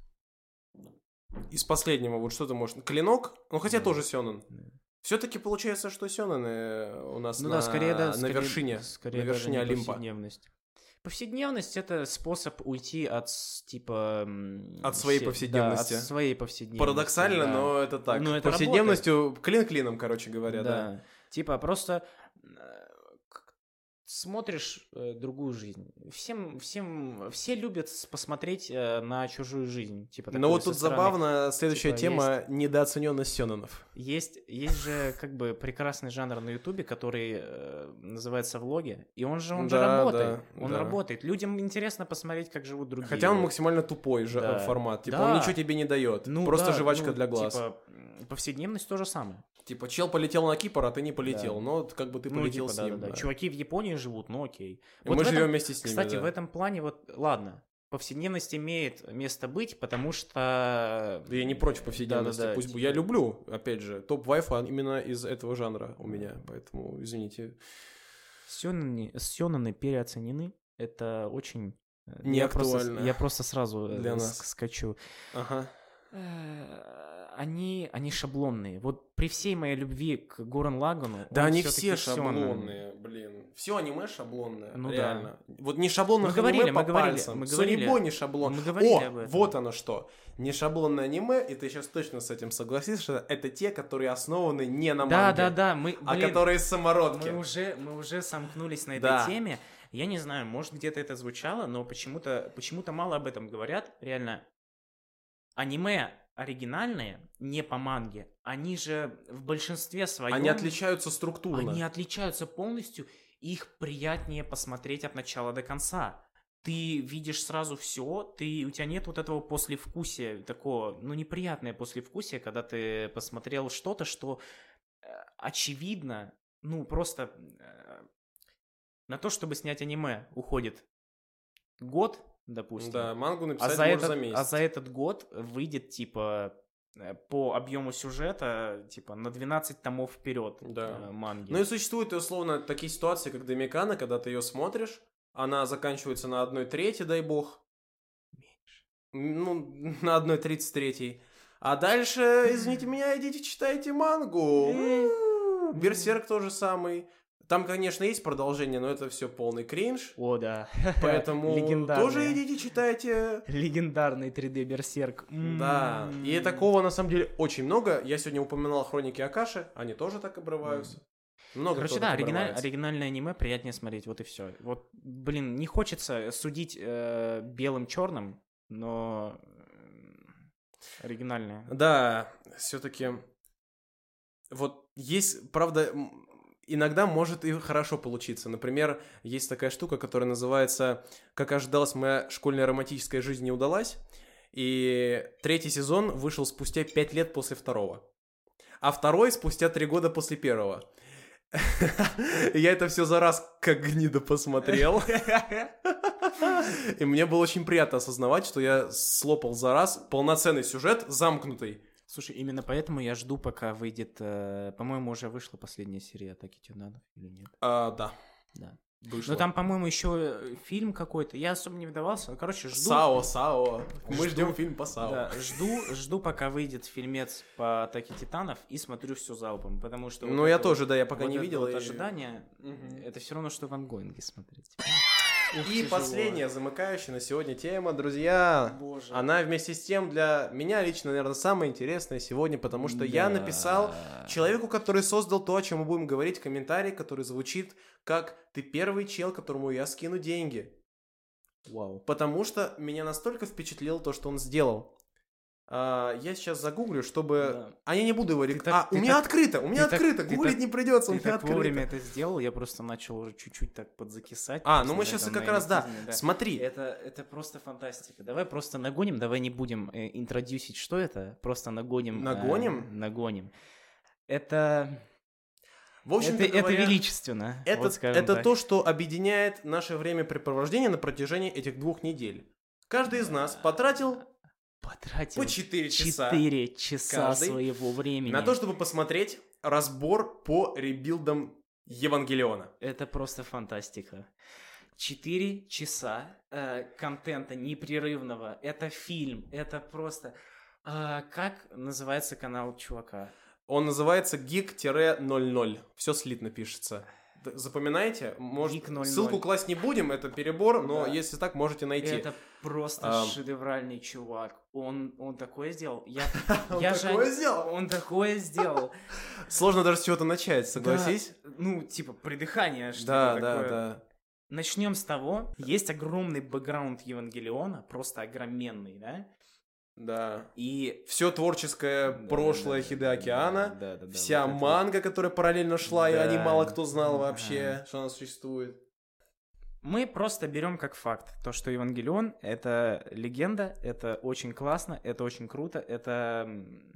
Из последнего, вот что ты можешь... Клинок, ну хотя Да. тоже сёнэн. Да. Все-таки получается, что сёнэны у нас Ну на, да, скорее, да, на скорее, вершине, скорее на даже вершине не Олимпа. повседневность. Повседневность — это способ уйти от, с- типа... м, От своей все- повседневности. Да, от своей повседневности. Парадоксально, да. но это так. Ну, это Повседневностью клин клином, короче говоря, да. Да. Типа просто э, к- смотришь э, другую жизнь. Всем, всем, все любят с- посмотреть э, на чужую жизнь. Типа, Но такое вот со тут стороны. забавно, следующая Типа, тема — недооцененность сёнэнов. Есть, есть же как бы прекрасный жанр на Ютубе, который э, называется влоги, и он же, он же Да, работает, да, он да. работает. Людям интересно посмотреть, как живут другие. Хотя он Вот. максимально тупой же Да. формат. Типа Да. он ничего тебе не дает. Ну Просто да, жвачка ну, для глаз. Типа м, повседневность то же самое. Типа, чел полетел на Кипр, а ты не полетел. Да. Но как бы ты Ну, полетел типа, с да, ним. да, да. да. Чуваки в Японии живут, ну окей. И Вот мы в этом- живем вместе с ними. Кстати, да. в этом плане вот, ладно, повседневность имеет место быть, потому что... Да я не против повседневности. Да-да-да, Пусть бы- типа- Я люблю, опять же, топ вайфа именно из этого жанра у меня. Поэтому, извините. Сёнэны, сёнэны переоценены. Это очень... э, Не я просто, актуально я просто сразу э, для ск- нас. скачу. Ага. Э, Они, они шаблонные. Вот при всей моей любви к Гуррен Лагану... Да он они всё-таки все сёнэн. шаблонные, блин. Все аниме шаблонное, Ну да. реально. Вот не шаблонное Мы говорили, аниме мы по говорили, пальцам. мы говорили. Сурибо не шаблон. Мы говорили О, об этом. вот оно что. Не шаблонное аниме, и ты сейчас точно с этим согласишься, что это те, которые основаны не на Да, манге, да, да. Мы, а блин, которые самородки. мы уже, мы уже сомкнулись на этой Да. теме. Я не знаю, может, где-то это звучало, но почему-то, почему-то мало об этом говорят. Реально, аниме оригинальные, не по манге, они же в большинстве своем... Они отличаются структурно. Они отличаются полностью, их приятнее посмотреть от начала до конца. Ты видишь сразу все, ты, у тебя нет вот этого послевкусия, такого, ну, неприятное послевкусие, когда ты посмотрел что-то, что э, очевидно, ну, просто э, на то, чтобы снять аниме, уходит год, допустим. Да, мангу А написать за, можно этот, за месяц. а за этот год выйдет, типа, э, по объему сюжета, типа, на двенадцать томов вперед Да. э, манги. Ну и существуют, условно, такие ситуации, как Домикана, когда ты ее смотришь, она заканчивается на одной трети, дай бог. Ну, на одной тридцать третьей. А дальше, извините меня, идите читайте мангу. Берсерк тоже самый. Там, конечно, есть продолжение, но это все полный кринж. О, да. Поэтому Легендарный. тоже идите читайте. Легендарный три дэ Берсерк. Да, и такого на самом деле очень много. Я сегодня упоминал Хроники Акаши, они тоже так обрываются. Много Короче, кто да, так оригиналь- обрывается. оригинальное аниме приятнее смотреть, вот и все. Вот, блин, не хочется судить э, белым-черным, но э, оригинальное. Да, все-таки вот есть, правда, м, иногда может и хорошо получиться. Например, есть такая штука, которая называется «Как ожидалось, моя школьная романтическая жизнь не удалась». И третий сезон вышел спустя пять лет после второго. А второй спустя три года после первого. Я это все за раз как гнида посмотрел. И мне было очень приятно осознавать, что я слопал за раз полноценный сюжет, замкнутый. Слушай, именно поэтому я жду, пока выйдет... э, по-моему, уже вышла последняя серия Атаки Титанов, или нет? А, да. Да. Вышло. Ну, там, по-моему, еще фильм какой-то. Я особо не вдавался. Короче, жду... Сао, Сао. Мы Жду- ждем фильм по Сао. Да, жду, жду, пока выйдет фильмец по Атаке Титанов, и смотрю все залпом, потому что... вот Ну, я это тоже, вот- да, я пока вот не это видел. вот и- ожидание, Мгм. это все равно, что в ангоинге смотреть. Ух, И тяжело. последняя замыкающая на сегодня тема, друзья. Боже. Она вместе с тем для меня лично, наверное, самая интересная сегодня, потому что я Да. написал человеку, который создал то, о чем мы будем говорить, комментарий, который звучит как «Ты первый чел, которому я скину деньги». Вау. Потому что меня настолько впечатлило то, что он сделал. А, я сейчас загуглю, чтобы... Да. А я не буду его... Рек... так- А, у ты меня так- открыто, у меня ты так- открыто, ты гуглить так- не придется, у Ты меня так открыто. вовремя это сделал, я просто начал уже чуть-чуть так подзакисать. А, просто ну мы на сейчас этом, как на раз, да, элитизме, да. смотри. Это, это просто фантастика. Давай просто нагоним, давай не будем э, интродюсить, что это, просто нагоним. Нагоним? э, нагоним. Это... В общем-то это, это говоря, величественно. это, вот скажем это так. то, что объединяет наше времяпрепровождение на протяжении этих двух недель. Каждый из нас потратил Потратил по четыре часа четыре часа каждый своего времени. на то, чтобы посмотреть разбор по ребилдам Евангелиона. Это просто фантастика. Четыре часа э, контента непрерывного. Это фильм. Это просто... А, как называется канал чувака? Он называется гик ноль ноль. Все слитно пишется. Д- Запоминайте. Может, Geek ноль ноль. ссылку класть не будем, это перебор, но Да. если так, можете найти. Это просто Ам. шедевральный чувак. Он, он такое сделал. Я, Он я такое же- сделал? Он такое сделал. Сложно даже с чего-то начать, согласись? Да, ну, типа, придыхание, что Да, такое. да, да. Начнем с того, есть огромный бэкграунд Евангелиона, просто огроменный, да? Да. И... Все творческое Да, прошлое да, да, Хидеокеана, да, да, да, да, вся вот это манга, которая параллельно шла, и Да. о ней мало кто знал Да. вообще, что она существует. Мы просто берем как факт то, что Евангелион — это легенда, это очень классно, это очень круто, это... м,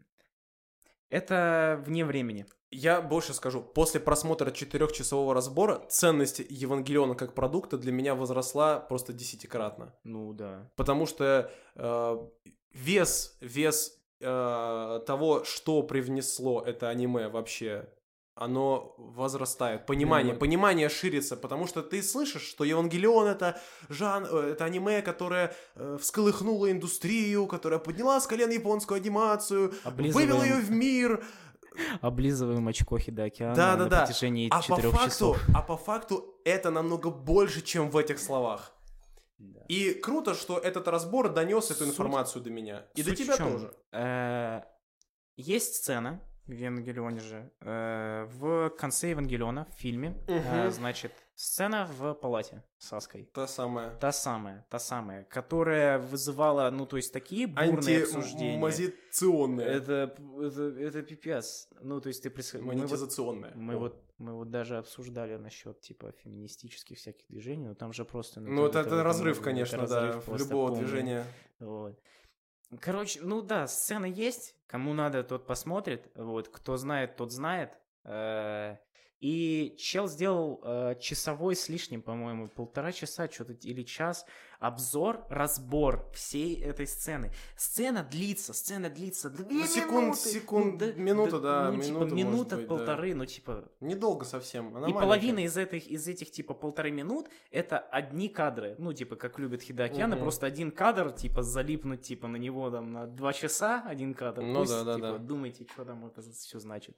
Это вне времени. Я больше скажу, после просмотра четырехчасового разбора ценность Евангелиона как продукта для меня возросла просто десятикратно. Ну да. Потому что э, вес, вес э, того, что привнесло это аниме вообще, оно возрастает. Понимание, Ну, понимание ширится, потому что ты слышишь, что Евангелион это жан, э, это аниме, которое э, всколыхнуло индустрию, которое подняла с колен японскую анимацию, Облизываем- вывела ее в мир. Облизываем очко Хидеокеана Да, да, на да. протяжении А по четырех факту, часов. а по факту это намного больше, чем в этих словах. Да. И круто, что этот разбор донес эту Суть- информацию до меня. И до Суть в тебя чём? тоже. Э, Есть сцена в Евангелионе же, э, в конце Евангелиона, в фильме, э, Мгм. значит, сцена в палате с Аской. Та самая. Та самая, та самая, которая вызывала, ну, то есть, такие бурные обсуждения. Антимазиционная. Это, это, это пипец. Ну, то есть, ты представляешь... Мы вот, Монетизационная. мы, О. вот, мы вот даже обсуждали насчет, типа, феминистических всяких движений, но там же просто... Ну, это, это разрыв, это конечно, разрыв да, просто любого полный. движения. Вот. Короче, ну да, сцена есть. Кому надо, тот посмотрит. Вот, кто знает, тот знает. Э, И чел сделал э, часовой с лишним, по-моему, полтора часа, что-то или час, обзор, разбор всей этой сцены. Сцена длится, сцена длится две Ну, секунд- минуты. секунд- минута, да, ну, типа, минута, может минута, быть, полторы, ну, типа... Недолго совсем. Она И маленькая. половина из этих, из этих, типа, полторы минут это одни кадры. Ну, типа, как любит Хидеокеана, Мгм. просто один кадр, типа, залипнуть, типа, на него там на два часа, один кадр. Ну Пусть, да, да, типа, да. думайте, что там это все значит.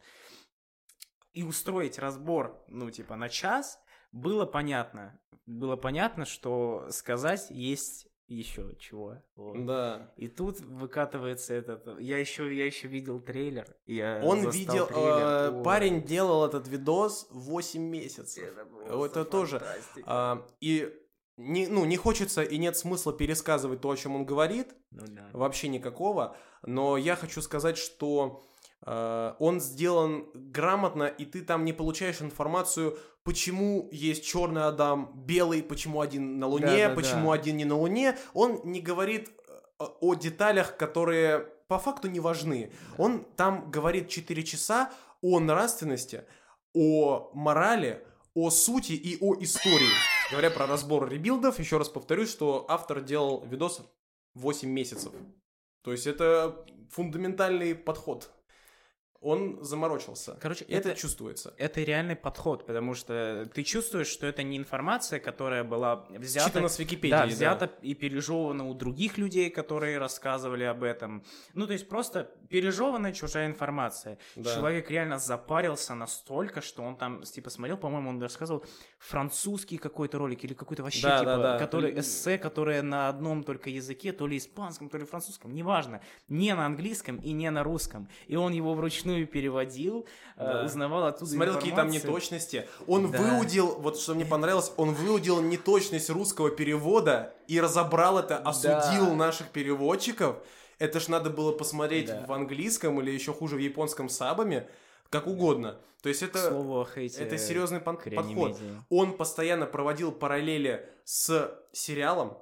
И устроить разбор, ну, типа, на час, было понятно. Было понятно, что сказать есть еще чего. Вот. Да. И тут выкатывается этот... Я еще, я еще видел трейлер. Я Он застал видел, трейлер. э, Ой. парень делал этот видос восемь месяцев. Это Вот это просто тоже. фантастика. А, и не, ну, не хочется и нет смысла пересказывать то, о чем он говорит, Ну да. вообще никакого, но я хочу сказать, что э, он сделан грамотно, и ты там не получаешь информацию, почему есть черный Адам, белый, почему один на Луне, Да-да-да. почему один не на Луне. Он не говорит э, о деталях, которые по факту не важны. Он там говорит четыре часа о нравственности, о морали, о сути и о истории. Говоря про разбор ребилдов, еще раз повторюсь, что автор делал видос восемь месяцев. То есть это фундаментальный подход. Он заморочился. Короче, это, это- чувствуется. Это реальный подход, потому что ты чувствуешь, что это не информация, которая была взята, Считано с Википедии. да, да. взята и пережевана у других людей, которые рассказывали об этом. Ну, то есть просто пережеванная чужая информация. Да. Человек реально запарился настолько, что он там, типа, смотрел, по-моему, он рассказывал французский какой-то ролик или какой-то вообще, Да, типа, да, да. который, эссе, которое на одном только языке, то ли испанском, то ли французском, неважно, не на английском и не на русском. И он его вручную переводил, Да. э, узнавал оттуда Смотрел, какие там информацию. неточности. Он Да. выудил, вот что мне понравилось, он выудил неточность русского перевода и разобрал это, осудил наших переводчиков Это ж надо было посмотреть Да. в английском или еще хуже в японском сабами, как угодно. То есть К это, слову о хейте это серьезный пон- к подход. реанимедии. Он постоянно проводил параллели с сериалом,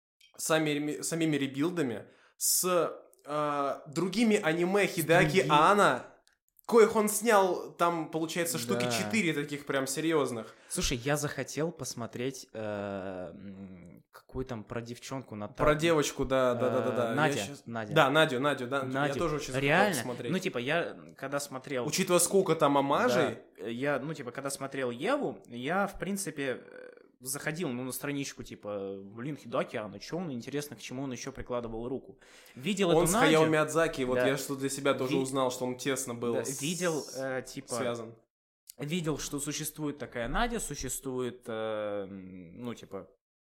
сами, самими ребилдами, с э, другими аниме Хидэаки другим- Анно, коих он снял, там, получается, штуки Да. четыре таких прям серьезных. Слушай, я захотел посмотреть э, м, какую там про девчонку на Про девочку, да, да, да, да, да. Э, Я Надя, щас- Надя. Да, Надю, Надю, да. Я Надю. тоже очень захотел Реально? посмотреть. Ну, типа, я когда смотрел... Учитывая, сколько там омажей, Да, я, ну, типа, когда смотрел Еву, я, в принципе, э, заходил, ну, на страничку, типа, блин, Хидэаки Анно, что он, интересно, к чему он еще прикладывал руку. Видел он эту с Надю, Хаяо Миядзаки, вот Да. я что для себя тоже Ви- узнал, что он тесно был да, с- видел, э, типа, связан. видел, что существует такая Надя, существует, э, ну, типа,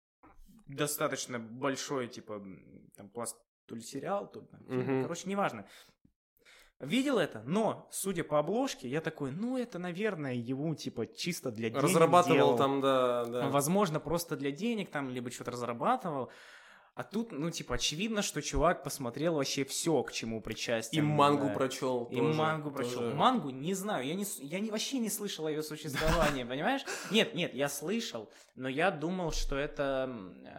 достаточно большой, типа, м, там, пласт, то ли сериал, то ли, там, фильм, Мгм. короче, неважно. Видел это, но, судя по обложке, я такой, ну, это, наверное, его, типа, чисто для денег Разрабатывал делал. там, да, да. Возможно, просто для денег там, либо что-то разрабатывал. А тут, ну, типа, очевидно, что чувак посмотрел вообще все, к чему причастен. И мангу да. прочел. И тоже, мангу прочел. тоже. Мангу не знаю, я, не, с- я не, вообще не слышал о ее существовании, понимаешь? Нет, нет, я слышал, но я думал, что это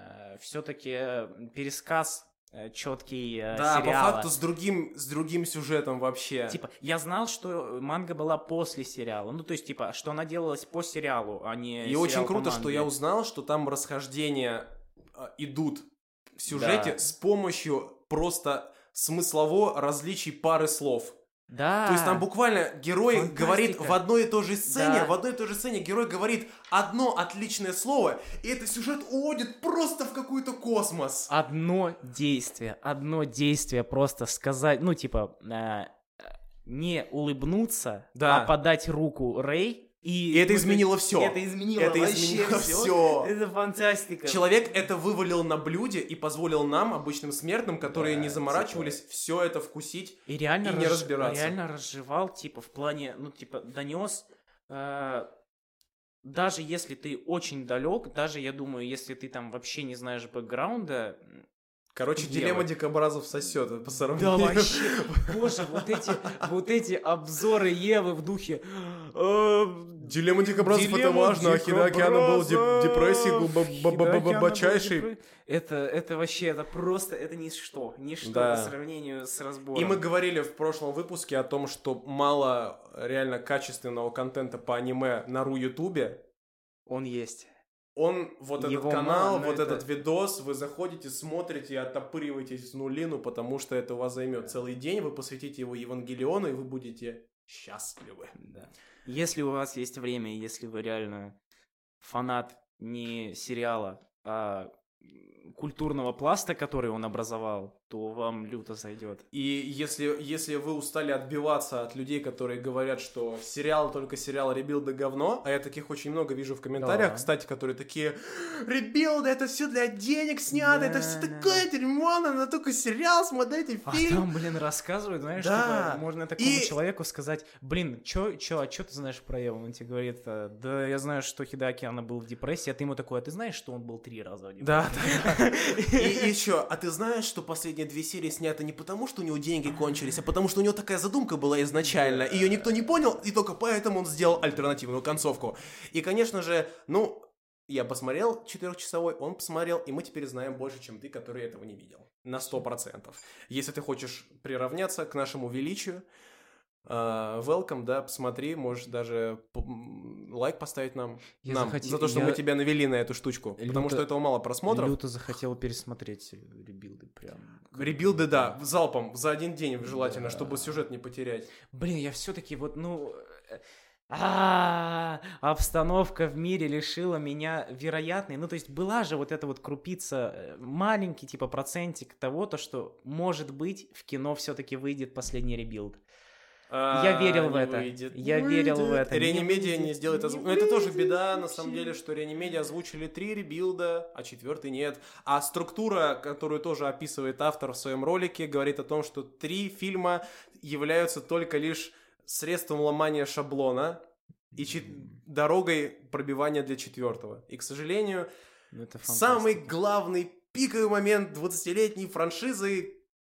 все-таки пересказ четкий Да, сериала. по факту с другим, с другим сюжетом вообще. Типа, я знал, что манга была после сериала. Ну, то есть, типа, что она делалась по сериалу, а не И сериал очень по круто, что манге. я узнал, что там расхождения а, идут в сюжете Да. с помощью просто смыслово различий пары слов. Да. То есть там буквально герой Фантастика. говорит в одной и той же сцене, Да. в одной и той же сцене герой говорит одно отличное слово, и этот сюжет уводит просто в какой-то космос. Одно действие, одно действие просто сказать, ну, типа, э, не улыбнуться, Да. а подать руку Рэй. И, И это ну, изменило то есть всё. Это изменило Это вообще изменило всё. всё. Это фантастика. Человек это вывалил на блюде и позволил нам, обычным смертным, которые Да, не заморачивались, все это вкусить. И реально, и не разж- разбираться. реально разжевал, типа, в плане, ну, типа, донес. э, даже если ты очень далек, даже, я думаю, если ты там вообще не знаешь бэкграунда. Короче, Ева. дилемма дикобразов сосет по Да сравнению. вообще, боже, вот эти, вот эти обзоры Евы в духе. э, Дилемма дикобразов это Дилемма важно, а Хидэаки Анно был в деп- дикобразов. депрессии Хидэаки Анно был глубочайший. депре- Это, это вообще, это просто, это ничто, ничто Да. по сравнению с разбором. И мы говорили в прошлом выпуске о том, что мало реально качественного контента по аниме на Ру-ютубе. Он есть. Он, вот этот Его канал, мало, но вот это- этот видос, вы заходите, смотрите и оттопыриваетесь в нулину, потому что это у вас займет целый день, вы посвятите его Евангелиону, и вы будете счастливы. Да. Если у вас есть время, и если вы реально фанат не сериала, а культурного пласта, который он образовал, то вам люто зайдет. И если, если вы устали отбиваться от людей, которые говорят, что сериал, только сериал Ребилда говно, а я таких очень много вижу в комментариях, Да. кстати, которые такие: Ребилда, это все для денег снято, это Да, все да. такое дерьмо, надо только сериал, смотрите А фильм. там, блин, рассказывают, знаешь, Да. типа, можно такому И- человеку сказать, блин, чё, чё, а чё ты знаешь про Еву? Он тебе говорит, «А, да я знаю, что Хидэаки Анно был в депрессии, а ты ему такой, а ты знаешь, что он был три раза в депрессии? Да, да. И еще, а ты знаешь, что последние две серии сняты не потому, что у него деньги кончились, а потому, что у него такая задумка была изначально, ее никто не понял, и только поэтому он сделал альтернативную концовку. И, конечно же, ну, я посмотрел четырехчасовой, он посмотрел, и мы теперь знаем больше, чем ты, который этого не видел. На сто процентов. Если ты хочешь приравняться к нашему величию, Uh, welcome, да, посмотри, можешь даже п- м, лайк поставить нам, Я нам захотел- за то, что я мы тебя навели на эту штучку, потому люто- что этого мало просмотров. Люто захотел пересмотреть ребилды прям. Ребилды, да, залпом, за один день желательно, Да. чтобы сюжет не потерять. Блин, я все-таки вот, ну... э, А, обстановка в мире лишила меня вероятной. Ну, то есть была же вот эта вот крупица, э, маленький типа процентик того, то, что, может быть, в кино все-таки выйдет последний ребилд. Я верил в не это. выйдет, Я не верил в выйдет. это. Не Реанимедиа не выйдет, сделает не озвучку. Ну, это тоже выйдет беда, на вообще. самом деле, что Реанимедиа озвучили три ребилда, а четвертый нет. А структура, которую тоже описывает автор в своем ролике, говорит о том, что три фильма являются только лишь средством ломания шаблона и чет- дорогой пробивания для четвертого. И, к сожалению, Ну, это самый фантастика. главный пиковый момент двадцатилетней франшизы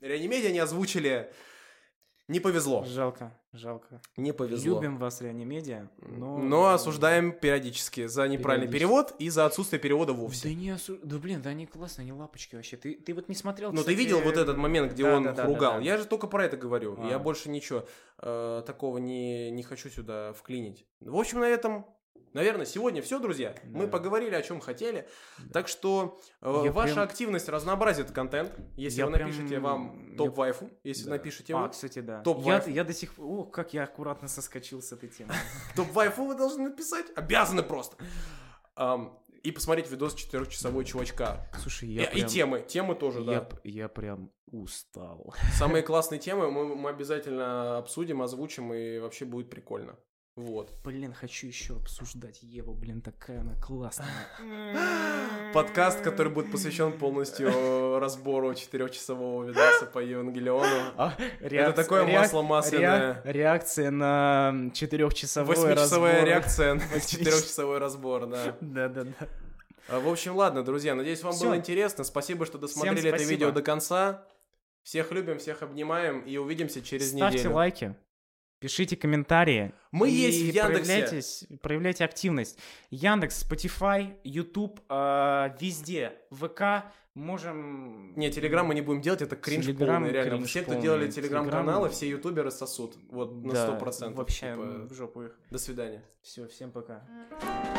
Реанимедиа не озвучили. Не повезло. Жалко, жалко. Не повезло. Любим вас, Реанимедиа, но... Но осуждаем периодически за неправильный Периодически. перевод и за отсутствие перевода вовсе. Да не осу... Да блин, да они классные, они лапочки вообще. Ты, ты вот не смотрел, Ну, кстати... ты видел вот этот момент, где Да, он да, да, ругал? да, да. Я же только про это говорю. А. Я больше ничего э, такого не, не хочу сюда вклинить. В общем, на этом, наверное, сегодня все, друзья. Да. Мы поговорили, о чем хотели. Так что э, Я ваша прям- активность разнообразит контент. Если Я вы прям- напишите вам я- топ-вайфу, если Да. напишите А, вы кстати, да. Топ я, вайф. я до сих пор... О, как я аккуратно соскочил с этой темы. топ-вайфу, вы должны написать. Обязаны просто. Ам, и посмотреть видос четырехчасовой чувачка. Слушай, И, я и прям... темы. Темы тоже, я, да. п- я прям устал. Самые классные темы мы, мы обязательно обсудим, озвучим, и вообще будет прикольно. Вот. Блин, хочу еще обсуждать Еву, блин, такая она классная. Подкаст, который будет посвящен полностью разбору четырехчасового видоса по Евангелиону. А, Это такое масло масляное. Реакция на четырехчасовой Восьмичасовая разбор. реакция на Восьмич- четырехчасовой разбор, да. Да-да-да. А, В общем, ладно, друзья, надеюсь, вам Всё. было интересно. Спасибо, что досмотрели Всем это спасибо. видео до конца. Всех любим, всех обнимаем и увидимся через Ставьте неделю. лайки, пишите комментарии. Мы и есть в Яндексе. проявляйтесь- Проявляйте активность. Яндекс, Spotify, YouTube, э, везде. ВК можем... Не, Телеграм мы не будем делать, это кринж Телеграм полный, реально. кринж Все, кто полный. делали Телеграм-каналы, Телеграм- все ютуберы сосут. Вот на Да, сто процентов. Вообще Типа, в жопу их. до свидания. Все, всем пока. Thank